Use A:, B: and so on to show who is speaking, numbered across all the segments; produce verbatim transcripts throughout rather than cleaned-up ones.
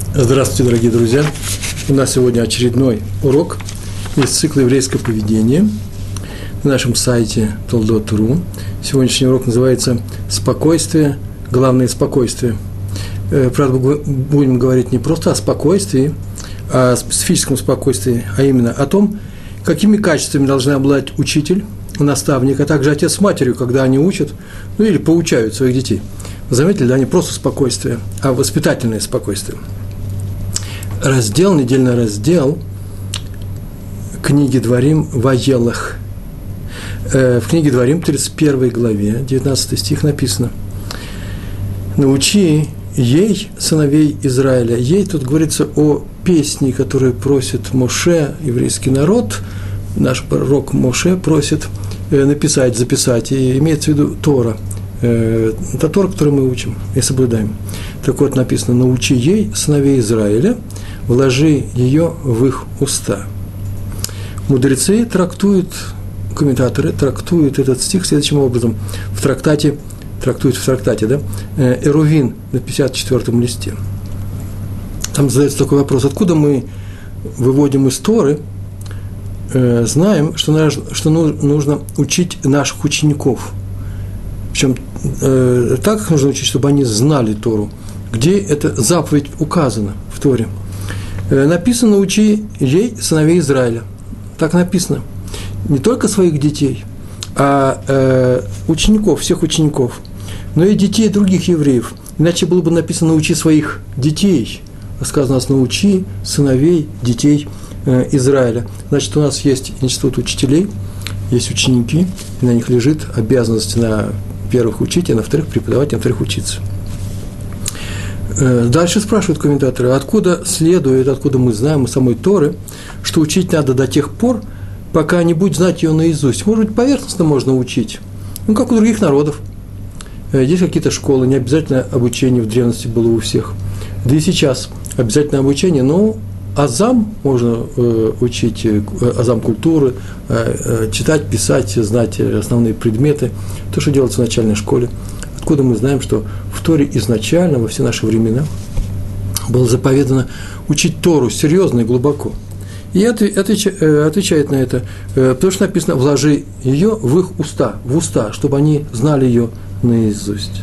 A: Здравствуйте, дорогие друзья! У нас сегодня очередной урок из цикла «Еврейское поведение» на нашем сайте толдот точка ру. Сегодняшний урок называется «Спокойствие. Главное спокойствие». Правда, будем говорить не просто о спокойствии, а о специфическом спокойствии, а именно о том, какими качествами должны обладать учитель, наставник, а также отец с матерью, когда они учат, ну или поучают своих детей. Вы заметили, да, не просто спокойствие, а воспитательное спокойствие. Раздел, недельный раздел книги Дворим Ваелах. В книге Дворим, тридцать первой главе, девятнадцатый стих написано: «Научи ей, сыновей Израиля». Ей тут говорится о песне, которую просит Моше, еврейский народ, наш пророк Моше просит написать, записать, и имеется в виду Тора. Это Тора, которую мы учим и соблюдаем. Так вот, написано: «Научи ей, сыновей Израиля, вложи ее в их уста». Мудрецы трактуют, комментаторы трактуют этот стих следующим образом. В трактате, трактуют в трактате, да, Эрувин на пятьдесят четвёртом листе. Там задается такой вопрос: откуда мы выводим из Торы, э, знаем, что, что нужно учить наших учеников. Причем э, так их нужно учить, чтобы они знали Тору. Где эта заповедь указана в Торе? Э, написано: «Учи ей, сыновей Израиля». Так написано. Не только своих детей, а э, учеников, всех учеников, но и детей других евреев. Иначе было бы написано: «Научи своих детей». А сказано у нас: «Научи сыновей, детей э, Израиля». Значит, у нас есть институт учителей, есть ученики, и на них лежит обязанность на первых учить, а на вторых преподавать, а на вторых учиться. Дальше спрашивают комментаторы: откуда следует, откуда мы знаем из самой Торы, что учить надо до тех пор, пока не будет знать ее наизусть. Может быть, поверхностно можно учить, ну, как у других народов. Есть какие-то школы, не обязательно обучение в древности было у всех. Да и сейчас обязательно обучение, но азам можно э, учить, азам культуры, э, э, читать, писать, знать основные предметы, то, что делается в начальной школе. Откуда мы знаем, что в Торе изначально, во все наши времена, было заповедано учить Тору серьезно и глубоко. И отвечает на это, потому что написано: «Вложи ее в их уста, в уста, чтобы они знали ее наизусть».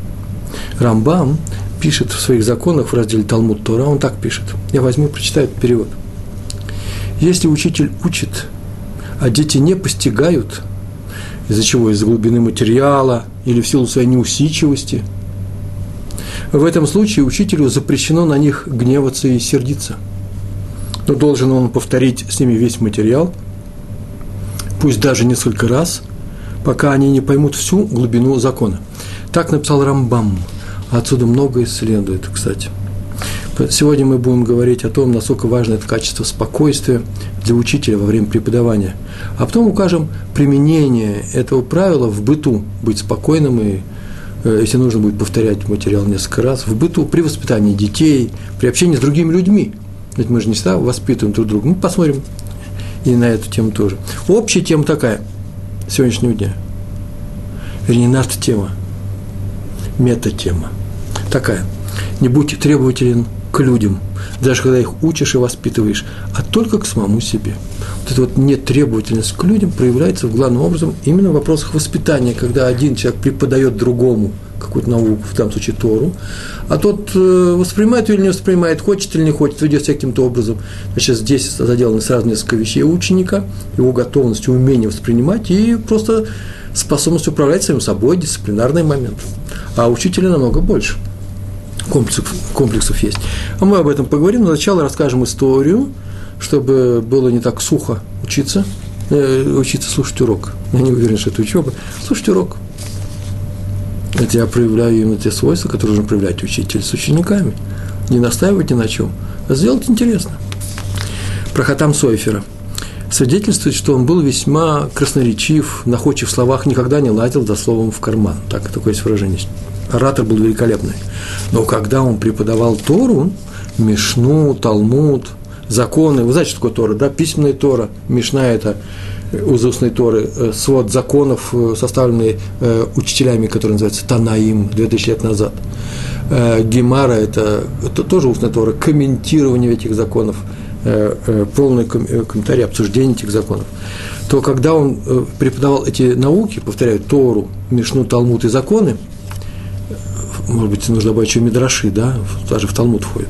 A: Рамбам пишет в своих законах в разделе Талмуд Тора, он так пишет. Я возьму и прочитаю этот перевод. «Если учитель учит, а дети не постигают, из-за чего? Из-за глубины материала или в силу своей неусидчивости, в этом случае учителю запрещено на них гневаться и сердиться. Но должен он повторить с ними весь материал, пусть даже несколько раз, пока они не поймут всю глубину закона». Так написал Рамбам. Отсюда многое следует, кстати. Сегодня мы будем говорить о том, насколько важно это качество спокойствия для учителя во время преподавания. А потом укажем применение этого правила в быту, быть спокойным и, если нужно будет, повторять материал несколько раз, в быту, при воспитании детей, при общении с другими людьми. Ведь мы же не всегда воспитываем друг друга. Мы посмотрим и на эту тему тоже. Общая тема такая сегодняшнего дня. Вернее, наша тема, мета-тема такая: не будь требователен к людям, даже когда их учишь и воспитываешь, а только к самому себе. Вот эта вот нетребовательность к людям проявляется главным образом именно в вопросах воспитания, когда один человек преподает другому какую-то науку, в данном случае Тору, а тот воспринимает или не воспринимает, хочет или не хочет, ведет себя каким-то образом. Значит, здесь заделаны сразу несколько вещей у ученика: его готовность, умение воспринимать и просто способность управлять самим собой, дисциплинарный момент. А у учителя намного больше комплексов, комплексов есть. А мы об этом поговорим. Но сначала расскажем историю, чтобы было не так сухо учиться, э, учиться слушать урок. Я не уверен, что это учеба. Слушать урок. Это я проявляю именно те свойства, которые нужно проявлять учитель с учениками. Не настаивать ни на чем, а сделать интересно. Про Хатам Сойфера. Свидетельствует, что он был весьма красноречив, находчив в словах, никогда не лазил за словом в карман. Так, такое есть выражение. Оратор был великолепный. Но когда он преподавал Тору, Мишну, Талмуд, законы, вы знаете, что такое Тора, да? Письменная Тора, Мишна – это из устной Торы, свод законов, составленный учителями, которые называются Танаим, две тысячи лет назад. Гемара – это, это тоже устная Тора, комментирование этих законов, полный комментарий, обсуждение этих законов. То когда он преподавал эти науки, повторяю, Тору, Мишну, Талмуд и законы, может быть, нужно добавить еще мидраши, да, даже в Талмуд входит,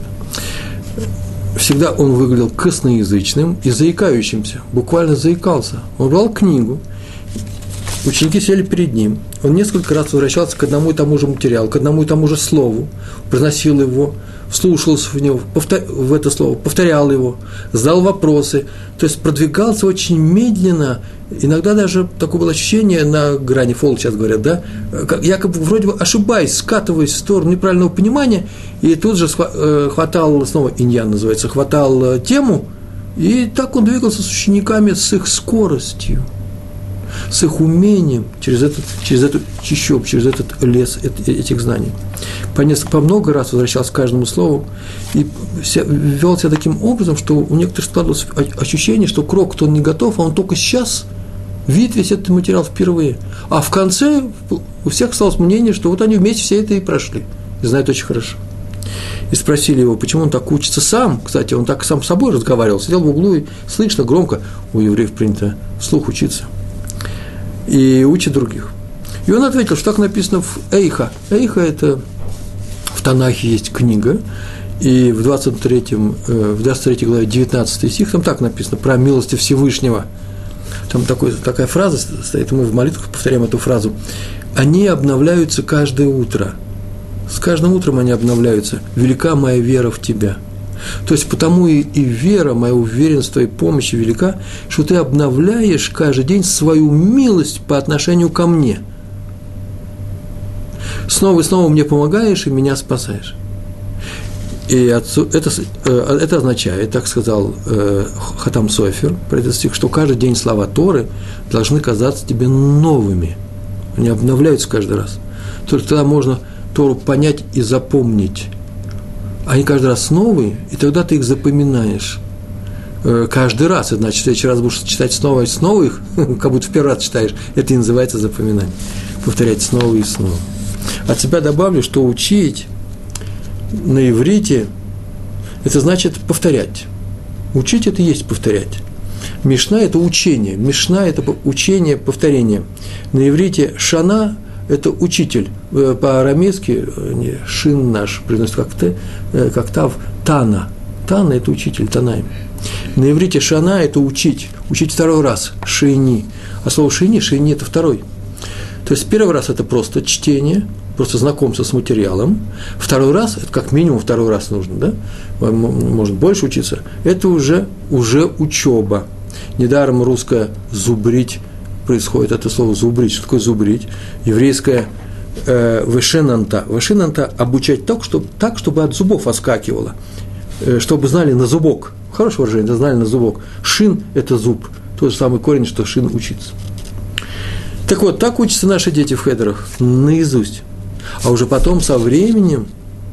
A: всегда он выглядел косноязычным и заикающимся, буквально заикался. Он брал книгу, ученики сели перед ним, он несколько раз возвращался к одному и тому же материалу, к одному и тому же слову, произносил его, вслушался в него, в это слово, повторял его, задал вопросы, то есть продвигался очень медленно, иногда даже такое было ощущение на грани фола, сейчас говорят, да, якобы вроде бы ошибаясь, скатываясь в сторону неправильного понимания, и тут же хватал, снова иньян называется, хватал тему, и так он двигался с учениками, с их скоростью, с их умением через, этот, через эту чащобу, через этот лес этих знаний. По, несколько, по много раз возвращался к каждому слову и вся, вел себя таким образом, что у некоторых складывалось ощущение, что к року-то он не готов, а он только сейчас видит весь этот материал впервые. А в конце у всех осталось мнение, что вот они вместе все это и прошли, и знают очень хорошо. И спросили его, почему он так учится сам. Кстати, он так сам с собой разговаривал, сидел в углу и слышно громко, у евреев принято вслух учиться, и учит других. И он ответил, что так написано в Эйха. Эйха – это в Танахе есть книга, и в двадцать третьем, в двадцать третьей главе девятнадцатый стих там так написано про милости Всевышнего. Там такой, такая фраза стоит, мы в молитвах повторяем эту фразу. Они обновляются каждое утро. С каждым утром они обновляются. Велика моя вера в тебя. То есть, потому и, и вера, моя уверенность в твоей помощи велика, что ты обновляешь каждый день свою милость по отношению ко мне. Снова и снова мне помогаешь и меня спасаешь. И отцу, это, это означает, так сказал э, Хатам Софер, про этот стих, что каждый день слова Торы должны казаться тебе новыми. Они обновляются каждый раз. Только тогда можно Тору понять и запомнить. Они каждый раз новые, и тогда ты их запоминаешь. Э, каждый раз, это значит, в следующий раз будешь читать снова и снова их, как будто в первый раз читаешь, это и называется запоминание. Повторять снова и снова. От себя добавлю, что учить на иврите – это значит повторять. Учить – это и есть повторять. Мишна – это учение. Мишна – это учение, повторение. На иврите шана – это учитель. По-арамейски шин наш произносит как, т, как тав, тана. Тана – это учитель, танаим. На иврите шана – это учить. Учить второй раз – шейни. А слово шейни – шейни – это второй. То есть первый раз – это просто чтение, просто знакомство с материалом. Второй раз, это как минимум второй раз нужно, да? Может больше учиться. Это уже, уже учеба. Недаром русское «зубрить» происходит, это слово «зубрить». Что такое «зубрить»? Еврейское э, «вешенанта». «Вешенанта» – обучать так, чтобы, так, чтобы от зубов оскакивало, э, чтобы знали на зубок. Хорошее выражение, знали на зубок. «Шин» – это зуб. Тот же самый корень, что «шин» учиться. Так вот, так учатся наши дети в хедерах, наизусть. А уже потом, со временем,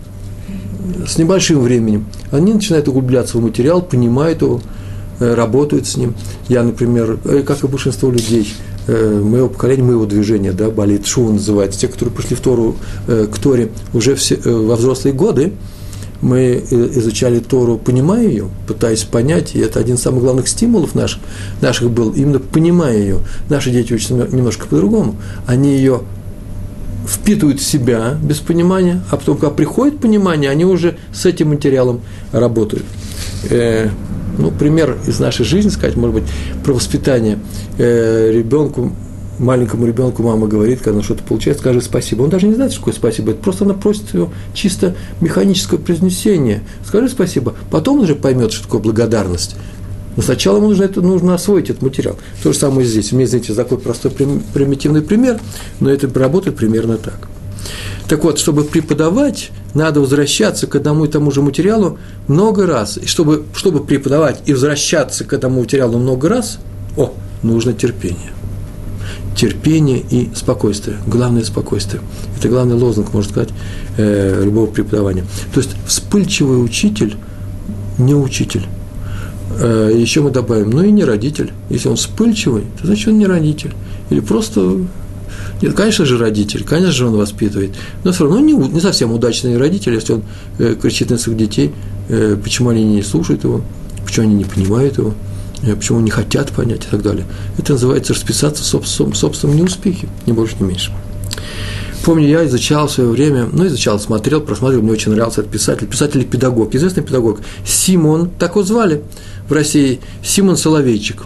A: с небольшим временем, они начинают углубляться в материал, понимают его, работают с ним. Я, например, как и большинство людей моего поколения, моего движения, да, балит шува называется, те, которые пришли в Тору, к Торе уже все, во взрослые годы, мы изучали Тору, понимая ее, пытаясь понять, и это один из самых главных стимулов наших, наших был, именно понимая ее. Наши дети учатся немножко по-другому, они ее впитывают в себя без понимания, а потом, когда приходит понимание, они уже с этим материалом работают. Э, ну, пример из нашей жизни, сказать, может быть, про воспитание. Э, ребенку, маленькому ребенку мама говорит, когда он что-то получает, скажи спасибо. Он даже не знает, что такое спасибо. Это просто она просит его чисто механическое произнесение. Скажи спасибо. Потом он уже поймет, что такое благодарность. Но сначала ему нужно, это, нужно освоить этот материал. То же самое здесь. У меня, знаете, такой простой примитивный пример, но это работает примерно так. Так вот, чтобы преподавать, надо возвращаться к одному и тому же материалу много раз. И чтобы, чтобы преподавать и возвращаться к этому материалу много раз, о, нужно терпение. Терпение и спокойствие. Главное – спокойствие. Это главный лозунг, можно сказать, любого преподавания. То есть, вспыльчивый учитель – не учитель. Еще мы добавим, ну и не родитель. Если он вспыльчивый, то значит он не родитель. Или просто... Нет, конечно же, родитель, конечно же, он воспитывает. Но все равно не, не совсем удачный родитель, если он э, кричит на своих детей, э, почему они не слушают его, почему они не понимают его, э, почему не хотят понять и так далее. Это называется расписаться в собственном, собственном неуспехе, ни больше, ни меньше. Помню, я изучал в свое время, ну, изучал, смотрел, просматривал, мне очень нравился этот писатель, писатель и педагог, известный педагог, Симон, так его звали в России, Симон Соловейчик.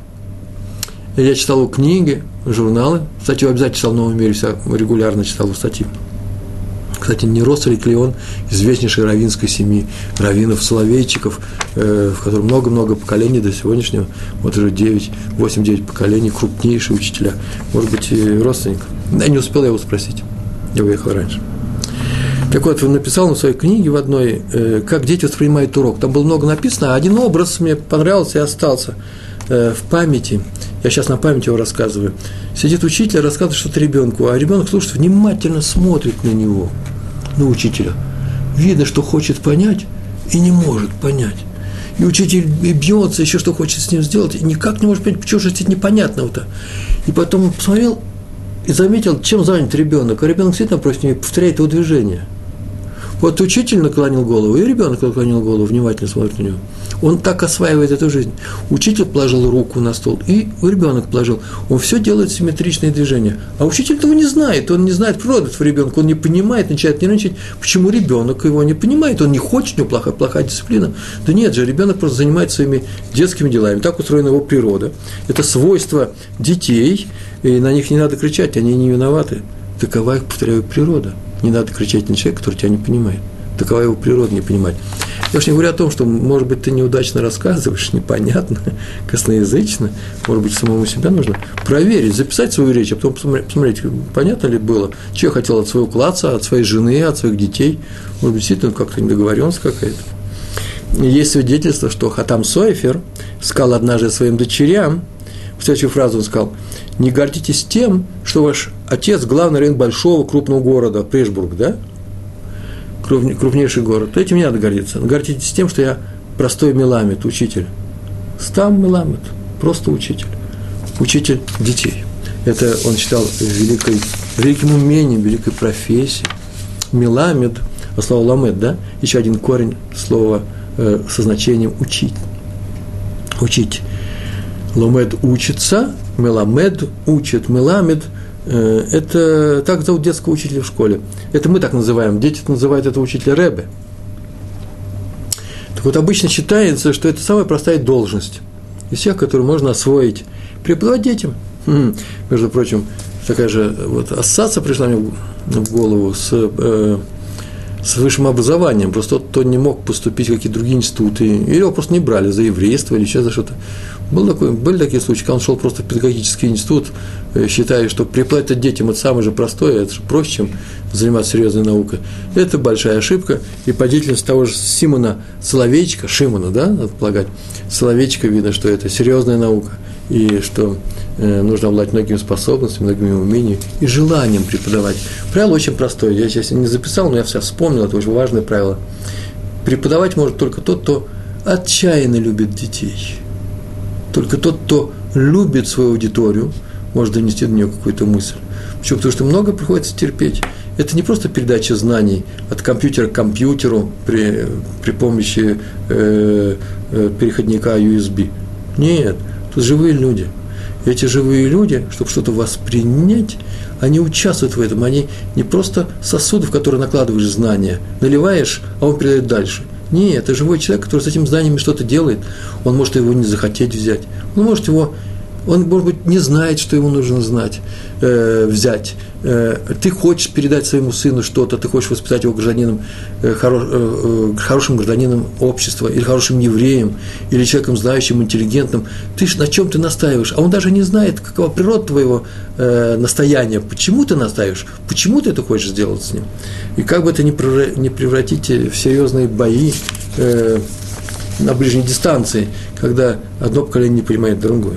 A: Я читал его книги, журналы, кстати, я обязательно читал в «Новом мире», регулярно читал его статьи. Кстати, не Росалик ли он, известнейшей раввинской семьи, раввинов, соловейчиков, э, в котором много-много поколений до сегодняшнего, вот уже девять, восемь-девять поколений, крупнейшие учителя, может быть, и родственник. Да, не успел я его спросить, я уехал раньше. Так вот, он написал на своей книге в одной, э, как дети воспринимают урок. Там было много написано, а один образ мне понравился и остался э, в памяти. Я сейчас на память его рассказываю. Сидит учитель, рассказывает что-то ребенку, а ребенок слушает, внимательно смотрит на него, на учителя. Видно, что хочет понять и не может понять. И учитель бьется, еще что хочет с ним сделать, и никак не может понять, почему же это непонятного-то. И потом он посмотрел и заметил, чем занят ребенок. А ребенок сидит напротив него и повторяет его движение. Вот учитель наклонил голову, и ребенок наклонил голову, внимательно смотрит на него. Он так осваивает эту жизнь. Учитель положил руку на стол, и ребенок положил. Он все делает симметричные движения. А учитель этого не знает. Он не знает природу этого ребенка. Он не понимает, начинает нервничать, почему ребенок его не понимает. Он не хочет, у него плохая, плохая дисциплина. Да нет же, ребенок просто занимается своими детскими делами. Так устроена его природа. Это свойство детей, и на них не надо кричать, они не виноваты. Такова их, повторяю, природа. Не надо кричать на человека, который тебя не понимает. Такова его природа не понимать. Я уж не говорю о том, что, может быть, ты неудачно рассказываешь, непонятно, косноязычно, может быть, самому себя нужно проверить, записать свою речь, а потом посмотреть, посмотреть, понятно ли было, что я хотел от своего класса, от своей жены, от своих детей. Может быть, действительно, как-то недоговоренность какая-то. Есть свидетельство, что Хатам Софер сказал однажды своим дочерям, в следующую фразу он сказал: не гордитесь тем, что ваш отец главный раввин большого крупного города, Прешбург, да? Крупнейший город, то этим не надо гордиться. Гордитесь тем, что я простой меламед, учитель. Стам меламед, просто учитель. Учитель детей. Это он считал великой, великим умением, великой профессией. Меламед, а слово ламед, да? Еще один корень слова э, со значением учить. Учить. Ломед учится, меламед учит, меламед – это так зовут детского учителя в школе. Это мы так называем. Дети называют этого учителя ребе. Так вот, обычно считается, что это самая простая должность из всех, которую можно освоить. Преподавать детям. М-м, между прочим, такая же вот ассоциация пришла мне в голову с, э, с высшим образованием. Просто тот, кто не мог поступить в какие-то другие институты, или его просто не брали за еврейство или еще за что-то. Был такой, были такие случаи, когда он шел просто в педагогический институт, считая, что преподавать детям это самое же простое, это же проще, чем заниматься серьезной наукой. Это большая ошибка, и по деятельности того же Симона Соловейчика, Шимона, да, надо полагать, Соловейчика видно, что это серьезная наука, и что э, нужно обладать многими способностями, многими умениями и желанием преподавать. Правило очень простое, я сейчас не записал, но я все вспомнил, это очень важное правило. Преподавать может только тот, кто отчаянно любит детей. Только тот, кто любит свою аудиторию, может донести до нее какую-то мысль. Почему? Потому что много приходится терпеть. Это не просто передача знаний от компьютера к компьютеру при, при помощи э, э, переходника ю эс би. Нет, тут живые люди. И эти живые люди, чтобы что-то воспринять, они участвуют в этом. Они не просто сосуды, в которые накладываешь знания, наливаешь, а он передает дальше. Нет, это живой человек, который с этими знаниями что-то делает. Он может его не захотеть взять. Он может его, он, может быть, не знает, что ему нужно знать, э, взять. Э, ты хочешь передать своему сыну что-то, ты хочешь воспитать его гражданином, э, хоро, э, хорошим гражданином общества, или хорошим евреем, или человеком знающим, интеллигентным. Ты ж на чем ты настаиваешь? А он даже не знает, какова природа твоего э, настояния. Почему ты настаиваешь? Почему ты это хочешь сделать с ним? И как бы это ни превратите в серьезные бои э, на ближней дистанции, когда одно поколение не понимает другое.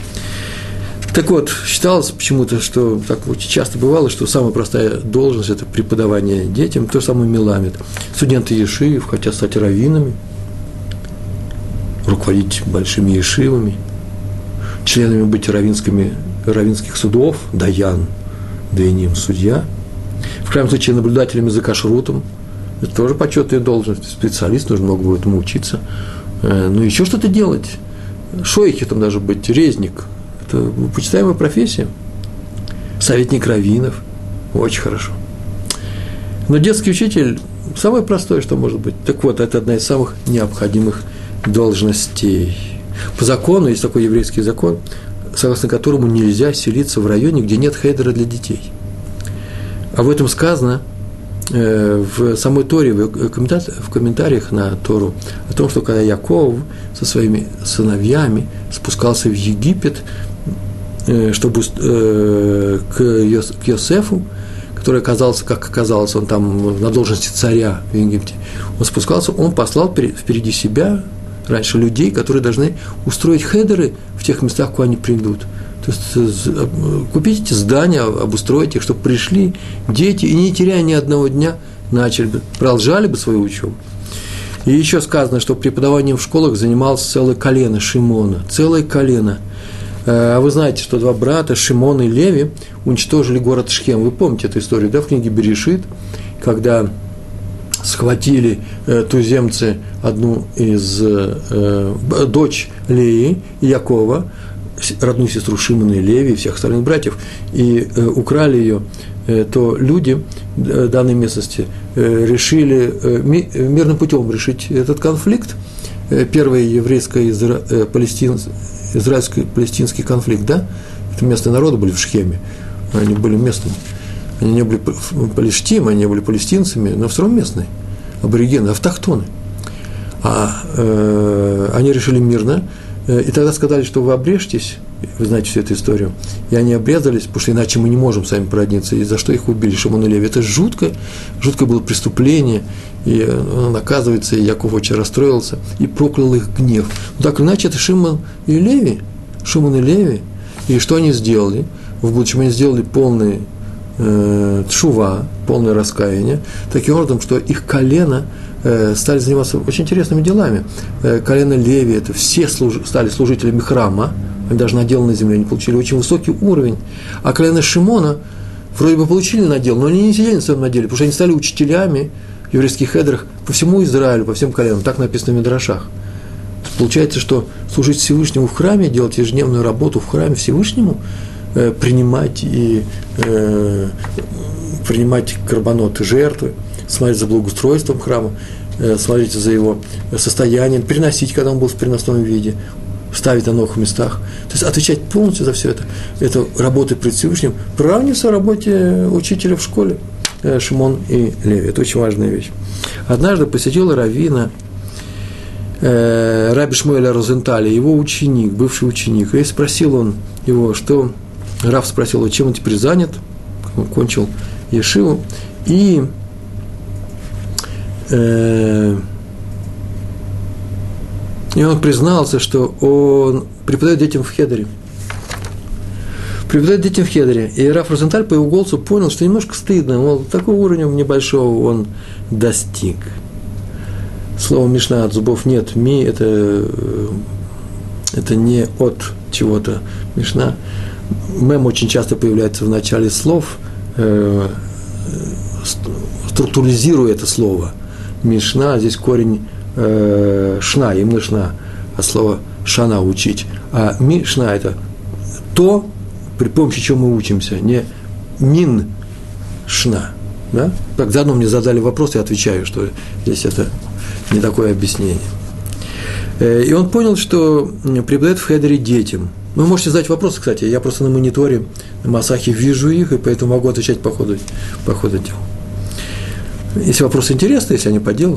A: Так вот, считалось почему-то, что так очень часто бывало, что самая простая должность – это преподавание детям, то же самое меламед. Студенты ешив хотят стать раввинами, руководить большими ешивами, членами быть раввинскими, раввинских судов, даян, дейним, судья, в крайнем случае наблюдателями за кашрутом, это тоже почетная должность, специалист, нужно много будет этому учиться, ну еще что-то делать, шойхи там даже быть, резник, это почитаемая профессия, советник раввинов, очень хорошо. Но детский учитель – самое простое, что может быть. Так вот, это одна из самых необходимых должностей. По закону, есть такой еврейский закон, согласно которому нельзя селиться в районе, где нет хейдера для детей. Об этом сказано э, в самой Торе, в комментариях, в комментариях на Тору, о том, что когда Яков со своими сыновьями спускался в Египет, э, чтобы э, к, Йос, к Йосефу, который оказался, как оказалось, он там на должности царя в Египте, он спускался, он послал впереди себя раньше людей, которые должны устроить хедеры в тех местах, куда они придут. То есть купить эти здания, обустроить их, чтобы пришли дети, и не теряя ни одного дня, начали бы, продолжали бы свою учебу. И еще сказано, что преподаванием в школах занималось целое колено Шимона, целое колено. А вы знаете, что два брата, Шимон и Леви, уничтожили город Шхем. Вы помните эту историю, да, в книге Берешит, когда схватили э, туземцы одну из э, дочь Леи, Якова, родную сестру Шимона и Леви и всех остальных братьев, и э, украли ее, э, то люди э, данной местности э, решили э, ми, мирным путем решить этот конфликт. Э, первая еврейско-палестинская израильско-палестинский конфликт, да? Это местные народы были в Шхеме, они были местными. Они не были палестинцами, они не были палестинцами, но все равно местные, аборигены, автохтоны. А э, они решили мирно, э, и тогда сказали, что вы обрежьтесь, вы знаете всю эту историю, и они обрезались, потому что иначе мы не можем сами породниться, и за что их убили, Шимон и Леви. Это жуткое, жуткое было преступление, и он, оказывается, и Яков очень расстроился, и проклял их гнев. Но так или иначе, это Шимон и Леви, Шимон и Леви, и что они сделали? В будущем они сделали полный э, тшува, полное раскаяние, таким образом, что их колено э, стали заниматься очень интересными делами. Э, колено Леви, это все служ, стали служителями храма, они даже надел на земле, они получили очень высокий уровень, а колено Шимона вроде бы получили надел, но они не сидели на своем наделе, потому что они стали учителями в еврейских хедрах по всему Израилю, по всем коленам, так написано в Мидрашах. Получается, что служить Всевышнему в храме, делать ежедневную работу в храме Всевышнему, э, принимать и э, принимать карбоноты, жертвы, смотреть за благоустройством храма, э, смотреть за его состоянием, переносить, когда он был в переносном виде, ставить на новых местах. То есть отвечать полностью за все это. Это работа пред Всевышним приравнивается работе учителя в школе. Шимон и Леви. Это очень важная вещь. Однажды посетил раввина э, Раби Шмуэля Розенталя, его ученик, бывший ученик. И спросил он его, что Рав спросил, чем он теперь занят. Он кончил ешиву. И э, и он признался, что он преподает детям в хедере. Преподает детям в хедере. И Рав Розенталь по его голосу понял, что немножко стыдно, мол, такого уровня небольшого он достиг. Слово Мишна от зубов нет. Ми – это, это не от чего-то. Мишна. Мем очень часто появляется в начале слов, э, структуризируя это слово. Мишна, здесь корень э, шна, именно шна, от слова шана – учить. А мишна – это то, при помощи чего мы учимся, не мин шна. Да? Так, заодно мне задали вопрос, я отвечаю, что здесь это не такое объяснение. И он понял, что преподает в хедере детям. Вы можете задать вопросы, кстати, я просто на мониторе, на Масахе вижу их, и поэтому могу отвечать по ходу, по ходу дела. Если вопросы интересны, если они по делу.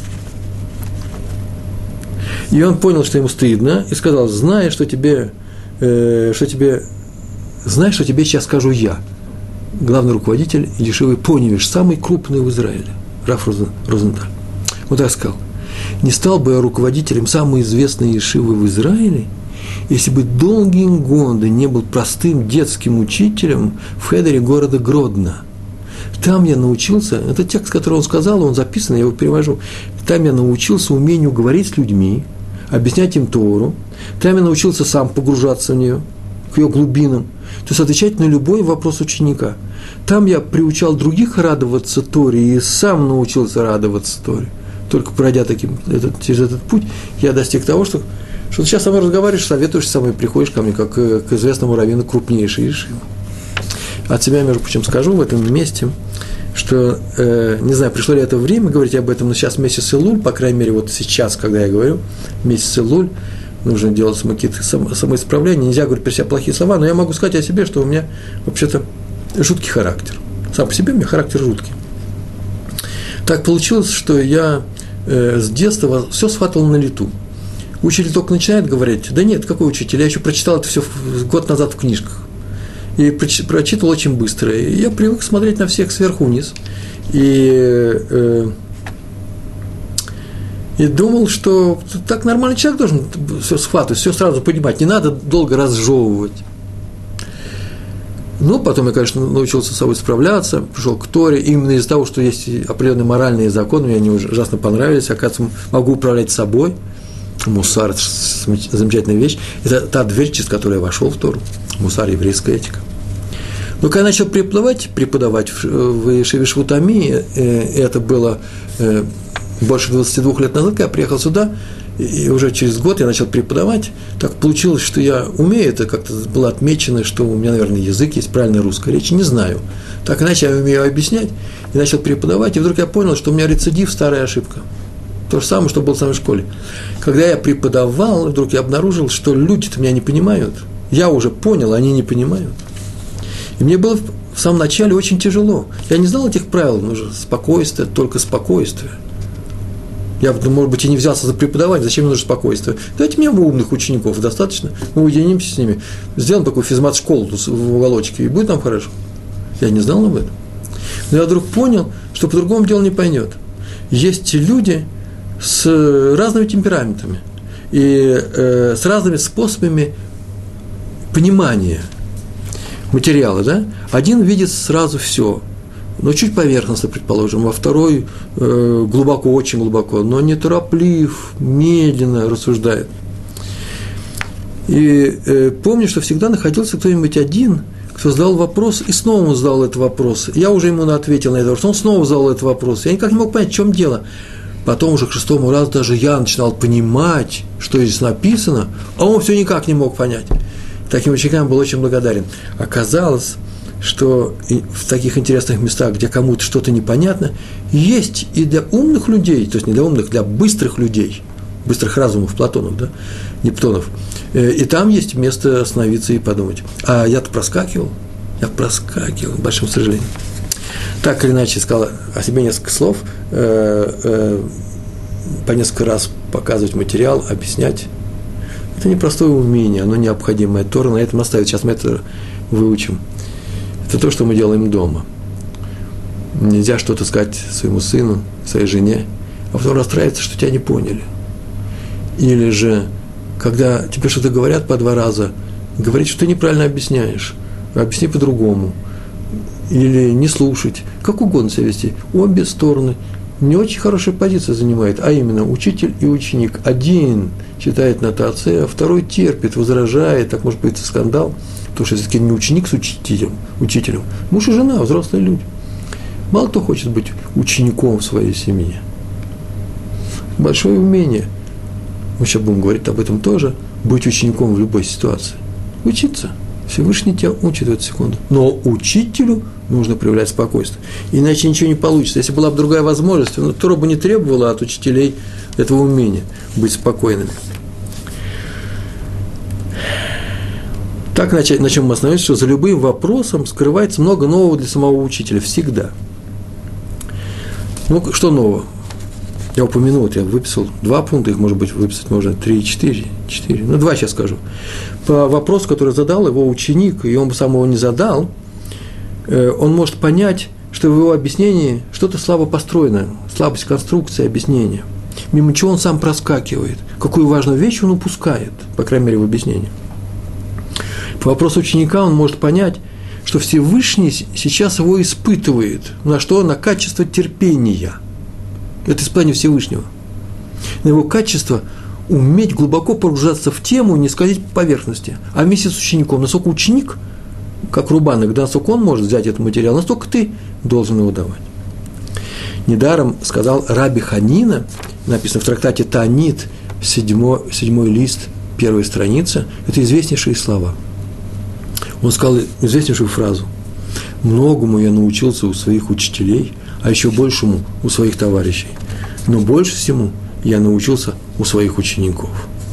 A: И он понял, что ему стыдно, и сказал, зная, что тебе, э, что тебе, знаешь, что тебе сейчас скажу я, главный руководитель ешивы Поневиш, самый крупный в Израиле, Рав Розенталь. Вот так сказал, не стал бы я руководителем самой известной ешивы в Израиле, если бы долгие годы не был простым детским учителем в хедере города Гродно. Там я научился, это текст, который он сказал, он записан, я его перевожу, там я научился умению говорить с людьми, объяснять им Тору. Там я научился сам погружаться в нее, к ее глубинам, то есть отвечать на любой вопрос ученика. Там я приучал других радоваться Торе и сам научился радоваться Торе. Только пройдя таким, этот, через этот путь, я достиг того, что, что ты сейчас со мной разговариваешь, советуешься со мной, приходишь ко мне, как к известному раввину крупнейшей ешивы. От себя, между прочим, скажу в этом месте, что, э, не знаю, пришло ли это время говорить об этом, но сейчас месяц Илуль, по крайней мере, вот сейчас, когда я говорю, месяц Илуль, нужно делать какие-то самоисправления, нельзя говорить при себе плохие слова, но я могу сказать о себе, что у меня, вообще-то, жуткий характер. Сам по себе у меня характер жуткий. Так получилось, что я э, с детства все схватывал на лету. Учитель только начинает говорить, да нет, какой учитель, я еще прочитал это все год назад в книжках. И прочитывал очень быстро. И я привык смотреть на всех сверху вниз. И, э, и думал, что так нормальный человек должен все схватывать, все сразу понимать. Не надо долго разжевывать. Ну, потом я, конечно, научился с собой справляться, пришел к Торе. Именно из-за того, что есть определенные моральные законы, мне они ужасно понравились. Оказывается, могу управлять собой. Мусар – это замечательная вещь. Это та дверь, через которую я вошел в Тору. Мусар – еврейская этика. Но когда я начал преподавать, преподавать в Ешиве Швутами, это было больше двадцати двух лет назад, когда я приехал сюда, и уже через год я начал преподавать, так получилось, что я умею, это как-то было отмечено, что у меня, наверное, язык есть, правильная русская речь, не знаю. Так иначе я умею объяснять, и начал преподавать, и вдруг я понял, что у меня рецидив, старая ошибка. То же самое, что было в самой школе. Когда я преподавал, вдруг я обнаружил, что люди-то меня не понимают. Я уже понял, они не понимают. И мне было в самом начале очень тяжело. Я не знал этих правил, нужно спокойствие, только спокойствие. Я, может быть, и не взялся за преподавание, зачем мне нужно спокойствие? Дайте мне умных учеников, достаточно, мы уединимся с ними, сделаем такую физмат-школу в уголочке, и будет нам хорошо. Я не знал об этом. Но я вдруг понял, что по-другому дело не пойдет. Есть люди с разными темпераментами и э, с разными способами понимания материала, да? Один видит сразу все, но чуть поверхностно, предположим, а второй э, глубоко, очень глубоко, но нетороплив, медленно рассуждает. И э, помню, что всегда находился кто-нибудь один, кто задал вопрос, и снова он задал этот вопрос. Я уже ему ответил на этот вопрос, он снова задал этот вопрос. Я никак не мог понять, в чем дело. Потом уже к шестому разу даже я начинал понимать, что здесь написано, а он все никак не мог понять. Таким ученикам был очень благодарен. Оказалось, что в таких интересных местах, где кому-то что-то непонятно, есть и для умных людей, то есть не для умных, для быстрых людей, быстрых разумов, Платонов, да, Нептонов, и там есть место остановиться и подумать. А я-то проскакивал, я проскакивал, к большому сожалению. Так или иначе, сказал о себе несколько слов, э, э, по несколько раз показывать материал, объяснять. Это непростое умение, оно необходимое. Тора на этом оставит. Сейчас мы это выучим. Это то, что мы делаем дома. Нельзя что-то сказать своему сыну, своей жене, а потом расстраиваться, что тебя не поняли. Или же, когда тебе что-то говорят по два раза, говорить, что ты неправильно объясняешь, объясни по-другому. Или не слушать, как угодно себя вести. Обе стороны не очень хорошая позиция занимает, а именно учитель и ученик. Один читает нотации, а второй терпит, возражает, так может быть скандал, потому что все-таки не ученик с учителем, учителем, муж и жена, взрослые люди. Мало кто хочет быть учеником в своей семье. Большое умение, мы сейчас будем говорить об этом тоже, быть учеником в любой ситуации. Учиться. Всевышний тебя учит в эту секунду. Но учителю нужно проявлять спокойствие. Иначе ничего не получится. Если была бы другая возможность, то Тора бы не требовала от учителей этого умения быть спокойными. Так, на чем мы остановились, что за любым вопросом скрывается много нового для самого учителя. Всегда. Ну, что нового? Я упомянул, я выписал два пункта, их, может быть, выписать можно три, четыре, четыре, ну, два сейчас скажу. По вопросу, который задал его ученик, и он бы сам его не задал, он может понять, что в его объяснении что-то слабо построено, слабость конструкции объяснения, мимо чего он сам проскакивает, какую важную вещь он упускает, по крайней мере, в объяснении. По вопросу ученика он может понять, что Всевышний сейчас его испытывает, на что? На качество терпения. Это испытание Всевышнего. На его качество уметь глубоко погружаться в тему и не скользить по поверхности, а вместе с учеником. Насколько ученик, как рубаник, да, насколько он может взять этот материал, настолько ты должен его давать. Недаром сказал Раби Ханина, написано в трактате Таанит, седьмой, седьмой лист, первой страницы, это известнейшие слова. Он сказал известнейшую фразу: «Многому я научился у своих учителей, а еще большему у своих товарищей, но больше всему я научился у своих учеников».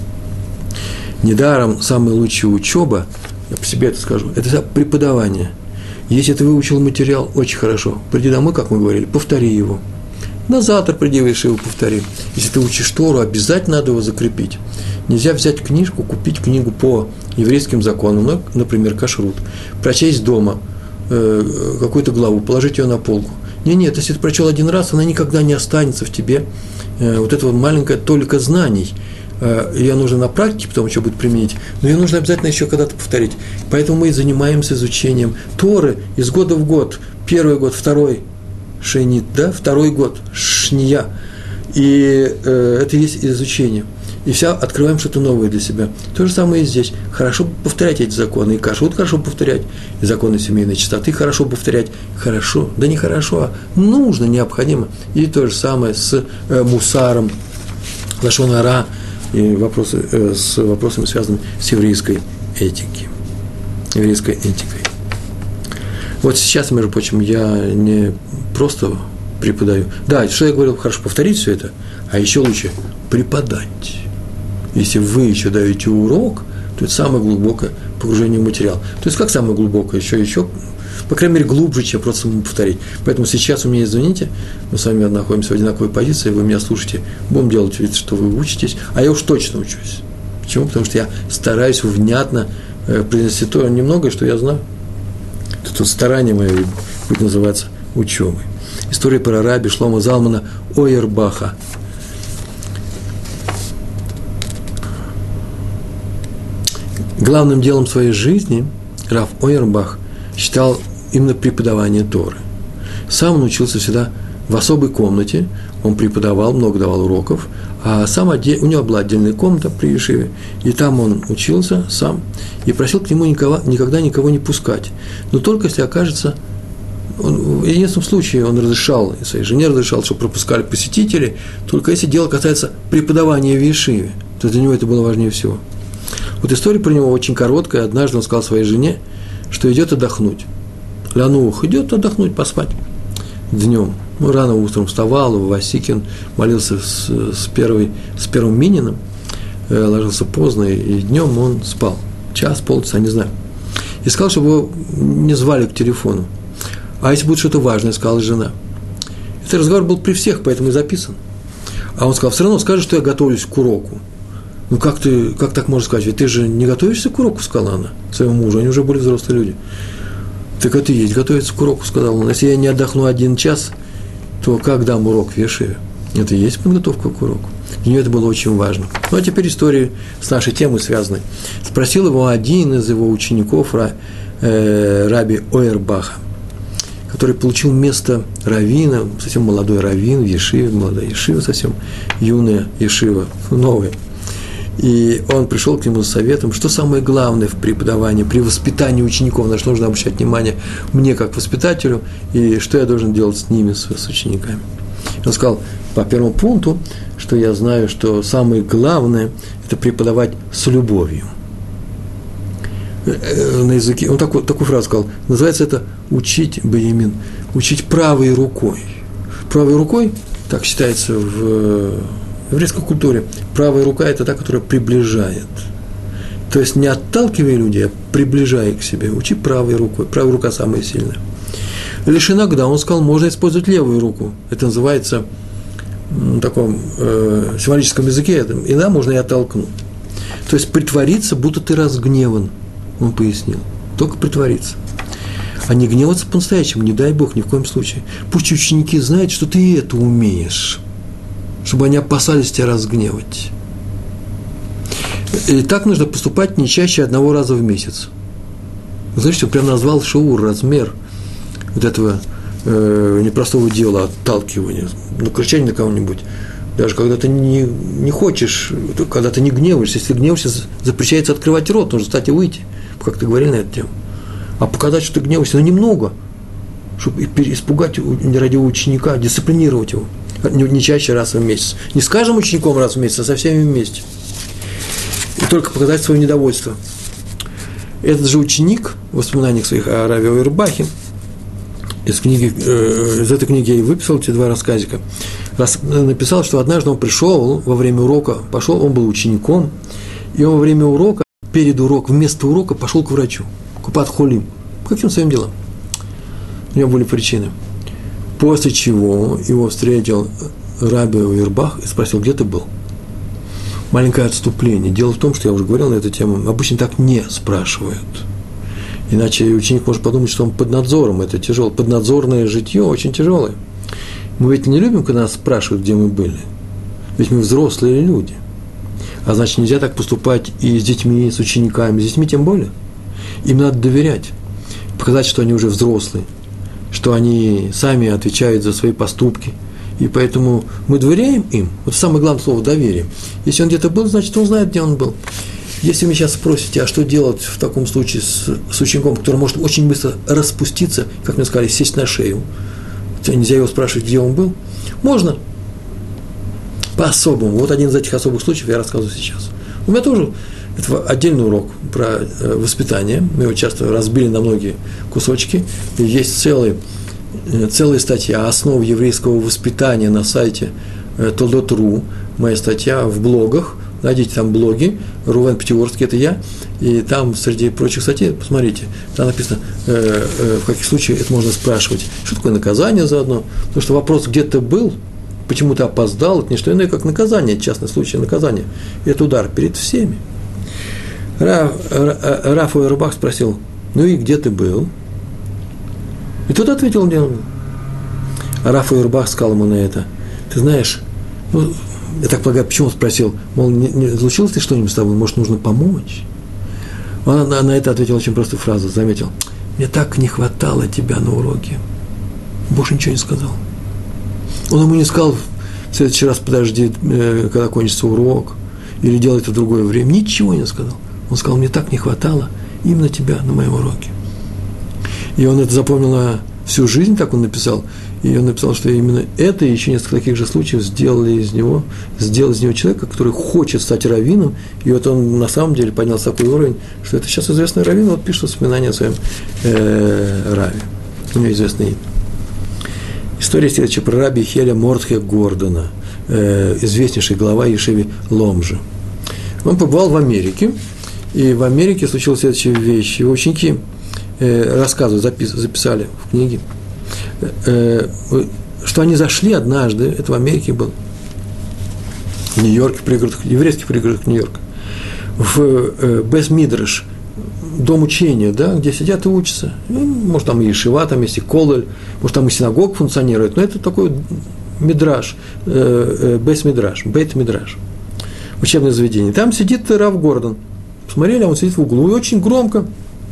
A: Недаром самая лучшая учеба, я по себе это скажу, это преподавание. Если ты выучил материал, очень хорошо. Приди домой, как мы говорили, повтори его. На завтра приди в Ешиву, повтори. Если ты учишь Тору, обязательно надо его закрепить. Нельзя взять книжку, купить книгу по еврейским законам, ну, например, кашрут, прочесть дома э, какую-то главу, положить ее на полку. Нет, нет, если ты прочел один раз, она никогда не останется в тебе. Э, вот это вот маленькая толика знаний. Э, ее нужно на практике потом еще будет применить, но ее нужно обязательно еще когда-то повторить. Поэтому мы и занимаемся изучением Торы из года в год. Первый год, второй шейнит, да, второй год шния. И э, это и есть изучение. И все открываем что-то новое для себя. То же самое и здесь. Хорошо повторять эти законы. И кашрут хорошо повторять, и законы семейной чистоты хорошо повторять. Хорошо, да не хорошо, а нужно, необходимо. И то же самое с э, мусаром, лашон ара, и вопросы, э, с вопросами, связанными с еврейской этикой. Еврейской этикой. Вот сейчас, между прочим, я не просто преподаю. Да, что я говорил, хорошо повторить все это, а еще лучше преподать. Если вы еще даете урок, то это самое глубокое погружение в материал. То есть, как самое глубокое? Еще, еще, по крайней мере, глубже, чем просто повторить. Поэтому сейчас у меня, извините, мы с вами находимся в одинаковой позиции, вы меня слушаете, будем делать вид, что вы учитесь, а я уж точно учусь. Почему? Потому что я стараюсь внятно произнести то немногое, что я знаю. Это старание мое будет называться учебой. История про раби Шломо Залмана Ойербаха. Главным делом своей жизни Рав Ойербах считал именно преподавание Торы. Сам он учился всегда в особой комнате, он преподавал, много давал уроков, а сам отдель, у него была отдельная комната при Ешиве, и там он учился сам, и просил к нему никого, никогда никого не пускать, но только если окажется, он, в единственном случае он разрешал, и своей жене разрешал, чтобы пропускали посетителей, только если дело касается преподавания в Ешиве, то для него это было важнее всего. Вот история про него очень короткая. Однажды он сказал своей жене, что идет отдохнуть. Лянух идет отдохнуть, поспать днем. Ну, рано утром вставал, Васикин молился с, с, первой, с первым минином, э, ложился поздно, и днем он спал. Час, полчаса, не знаю. И сказал, чтобы его не звали к телефону. А если будет что-то важное, сказала жена. Этот разговор был при всех, поэтому и записан. А он сказал, все равно скажи, что я готовлюсь к уроку. Ну, как ты, как так можно сказать? Ведь ты же не готовишься к уроку, сказала она своему мужу, они уже были взрослые люди. Так это и есть, готовиться к уроку, сказал он. Если я не отдохну один час, то как дам урок в Ешиве? Это и есть подготовка к уроку. Для нее это было очень важно. Ну, а теперь история с нашей темой связаны. Спросил его один из его учеников, э, раби Ойербаха, который получил место раввина, совсем молодой раввин в Ешиве, молодая Ешива, совсем юная Ешива, новая. И он пришел к нему с советом, что самое главное в преподавании, при воспитании учеников, на что нужно обращать внимание мне как воспитателю, и что я должен делать с ними, с, с учениками. Он сказал по первому пункту, что я знаю, что самое главное – это преподавать с любовью. На языке, он такую, такую фразу сказал, называется это «учить, Беньямин», учить правой рукой. Правой рукой, так считается в В еврейской культуре правая рука – это та, которая приближает. То есть не отталкивая людей, а приближая к себе. Учи правой рукой. Правая рука самая сильная. Лишь иногда, он сказал, можно использовать левую руку. Это называется в таком э, символическом языке. Это, иногда можно и оттолкнуть. То есть притвориться, будто ты разгневан. Он пояснил. Только притвориться. А не гневаться по-настоящему, не дай Бог, ни в коем случае. Пусть ученики знают, что ты это умеешь, чтобы они опасались тебя разгневать. И так нужно поступать не чаще одного раза в месяц. Знаете, он прям назвал шаур, размер вот этого э, непростого дела, отталкивания, ну, кричание на кого-нибудь. Даже когда ты не, не хочешь, когда ты не гневаешься, если ты гневаешься, запрещается открывать рот, нужно встать и выйти, как ты говорил на эту тему. А показать, что ты гневаешься, но немного, чтобы испугать нерадивого ученика, дисциплинировать его, не чаще раз в месяц. Не с каждым учеником раз в месяц, а со всеми вместе. И только показать свое недовольство. Этот же ученик в воспоминаниях своих о Раве Ойербахе, из, книги, э, из этой книги я и выписал эти два рассказика, Рас, написал, что однажды он пришел во время урока, пошел, он был учеником, и он во время урока, перед уроком, вместо урока пошел к врачу, к Купат-Холим, по каким своим делам. У него были причины. После чего его встретил Раби Ойербах и спросил, где ты был? Маленькое отступление. Дело в том, что я уже говорил на эту тему, обычно так не спрашивают. Иначе ученик может подумать, что он под надзором, это тяжело. Поднадзорное житье очень тяжелое. Мы ведь не любим, когда нас спрашивают, где мы были. Ведь мы взрослые люди. А значит, нельзя так поступать и с детьми, и с учениками, с детьми тем более. Им надо доверять, показать, что они уже взрослые, что они сами отвечают за свои поступки. И поэтому мы доверяем им. Вот самое главное слово – доверие. Если он где-то был, значит, он знает, где он был. Если вы сейчас спросите, а что делать в таком случае с, с учеником, который может очень быстро распуститься, как мне сказали, сесть на шею, нельзя его спрашивать, где он был, можно по-особому. Вот один из этих особых случаев я рассказываю сейчас. У меня тоже это отдельный урок про воспитание. Мы его часто разбили на многие кусочки. И есть целый, целая статья «Основы еврейского воспитания» на сайте толдот точка ру. Моя статья в блогах. Найдите там блоги, Рувен Пятигорский, это я, и там среди прочих статей, посмотрите, там написано, э, э, в каких случаях это можно спрашивать, что такое наказание заодно, потому что вопрос, где ты был, почему ты опоздал, это не что иное, как наказание, частный случай наказания, это удар перед всеми. Раф, Раф Ойербах спросил, ну и где ты был? И тот ответил, где он был. А Раф Ойербах сказал ему на это, ты знаешь, ну, я так полагаю, почему он спросил, мол, не, не случилось ли что-нибудь с тобой, может, нужно помочь? Он на, на это ответил очень простую фразу, заметил, мне так не хватало тебя на уроке. Больше ничего не сказал. Он ему не сказал, в следующий раз подожди, когда кончится урок, или делай это в другое время. Ничего не сказал. Он сказал, мне так не хватало именно тебя на моем уроке. И он это запомнил на всю жизнь, так он написал. И он написал, что именно это и еще несколько таких же случаев сделали из него, сделали из него человека, который хочет стать раввином, и вот он на самом деле поднялся такой уровень, что это сейчас известный раввин, вот пишет воспоминания о своем э, раве. У него известное имя. История следующая про раби Хеля Мордхе Гордона, э, известнейший глава Ешивы Ломжи. Он побывал в Америке, и в Америке случилась следующая вещь. Его ученики э, рассказывают, запис, записали в книге, что они зашли однажды, это в Америке был, в Нью-Йорке, в пригородах, еврейских пригородах Нью-Йорка, в Бес-Мидраш, дом учения, да, где сидят и учатся. Ну, может, там и ешива, там есть и колель, может, там и синагог функционирует, но это такой мидраш, Бес-Мидраш, Бейт-Мидраш, учебное заведение. Там сидит Рав Гордон. Посмотрели, а он сидит в углу и очень громко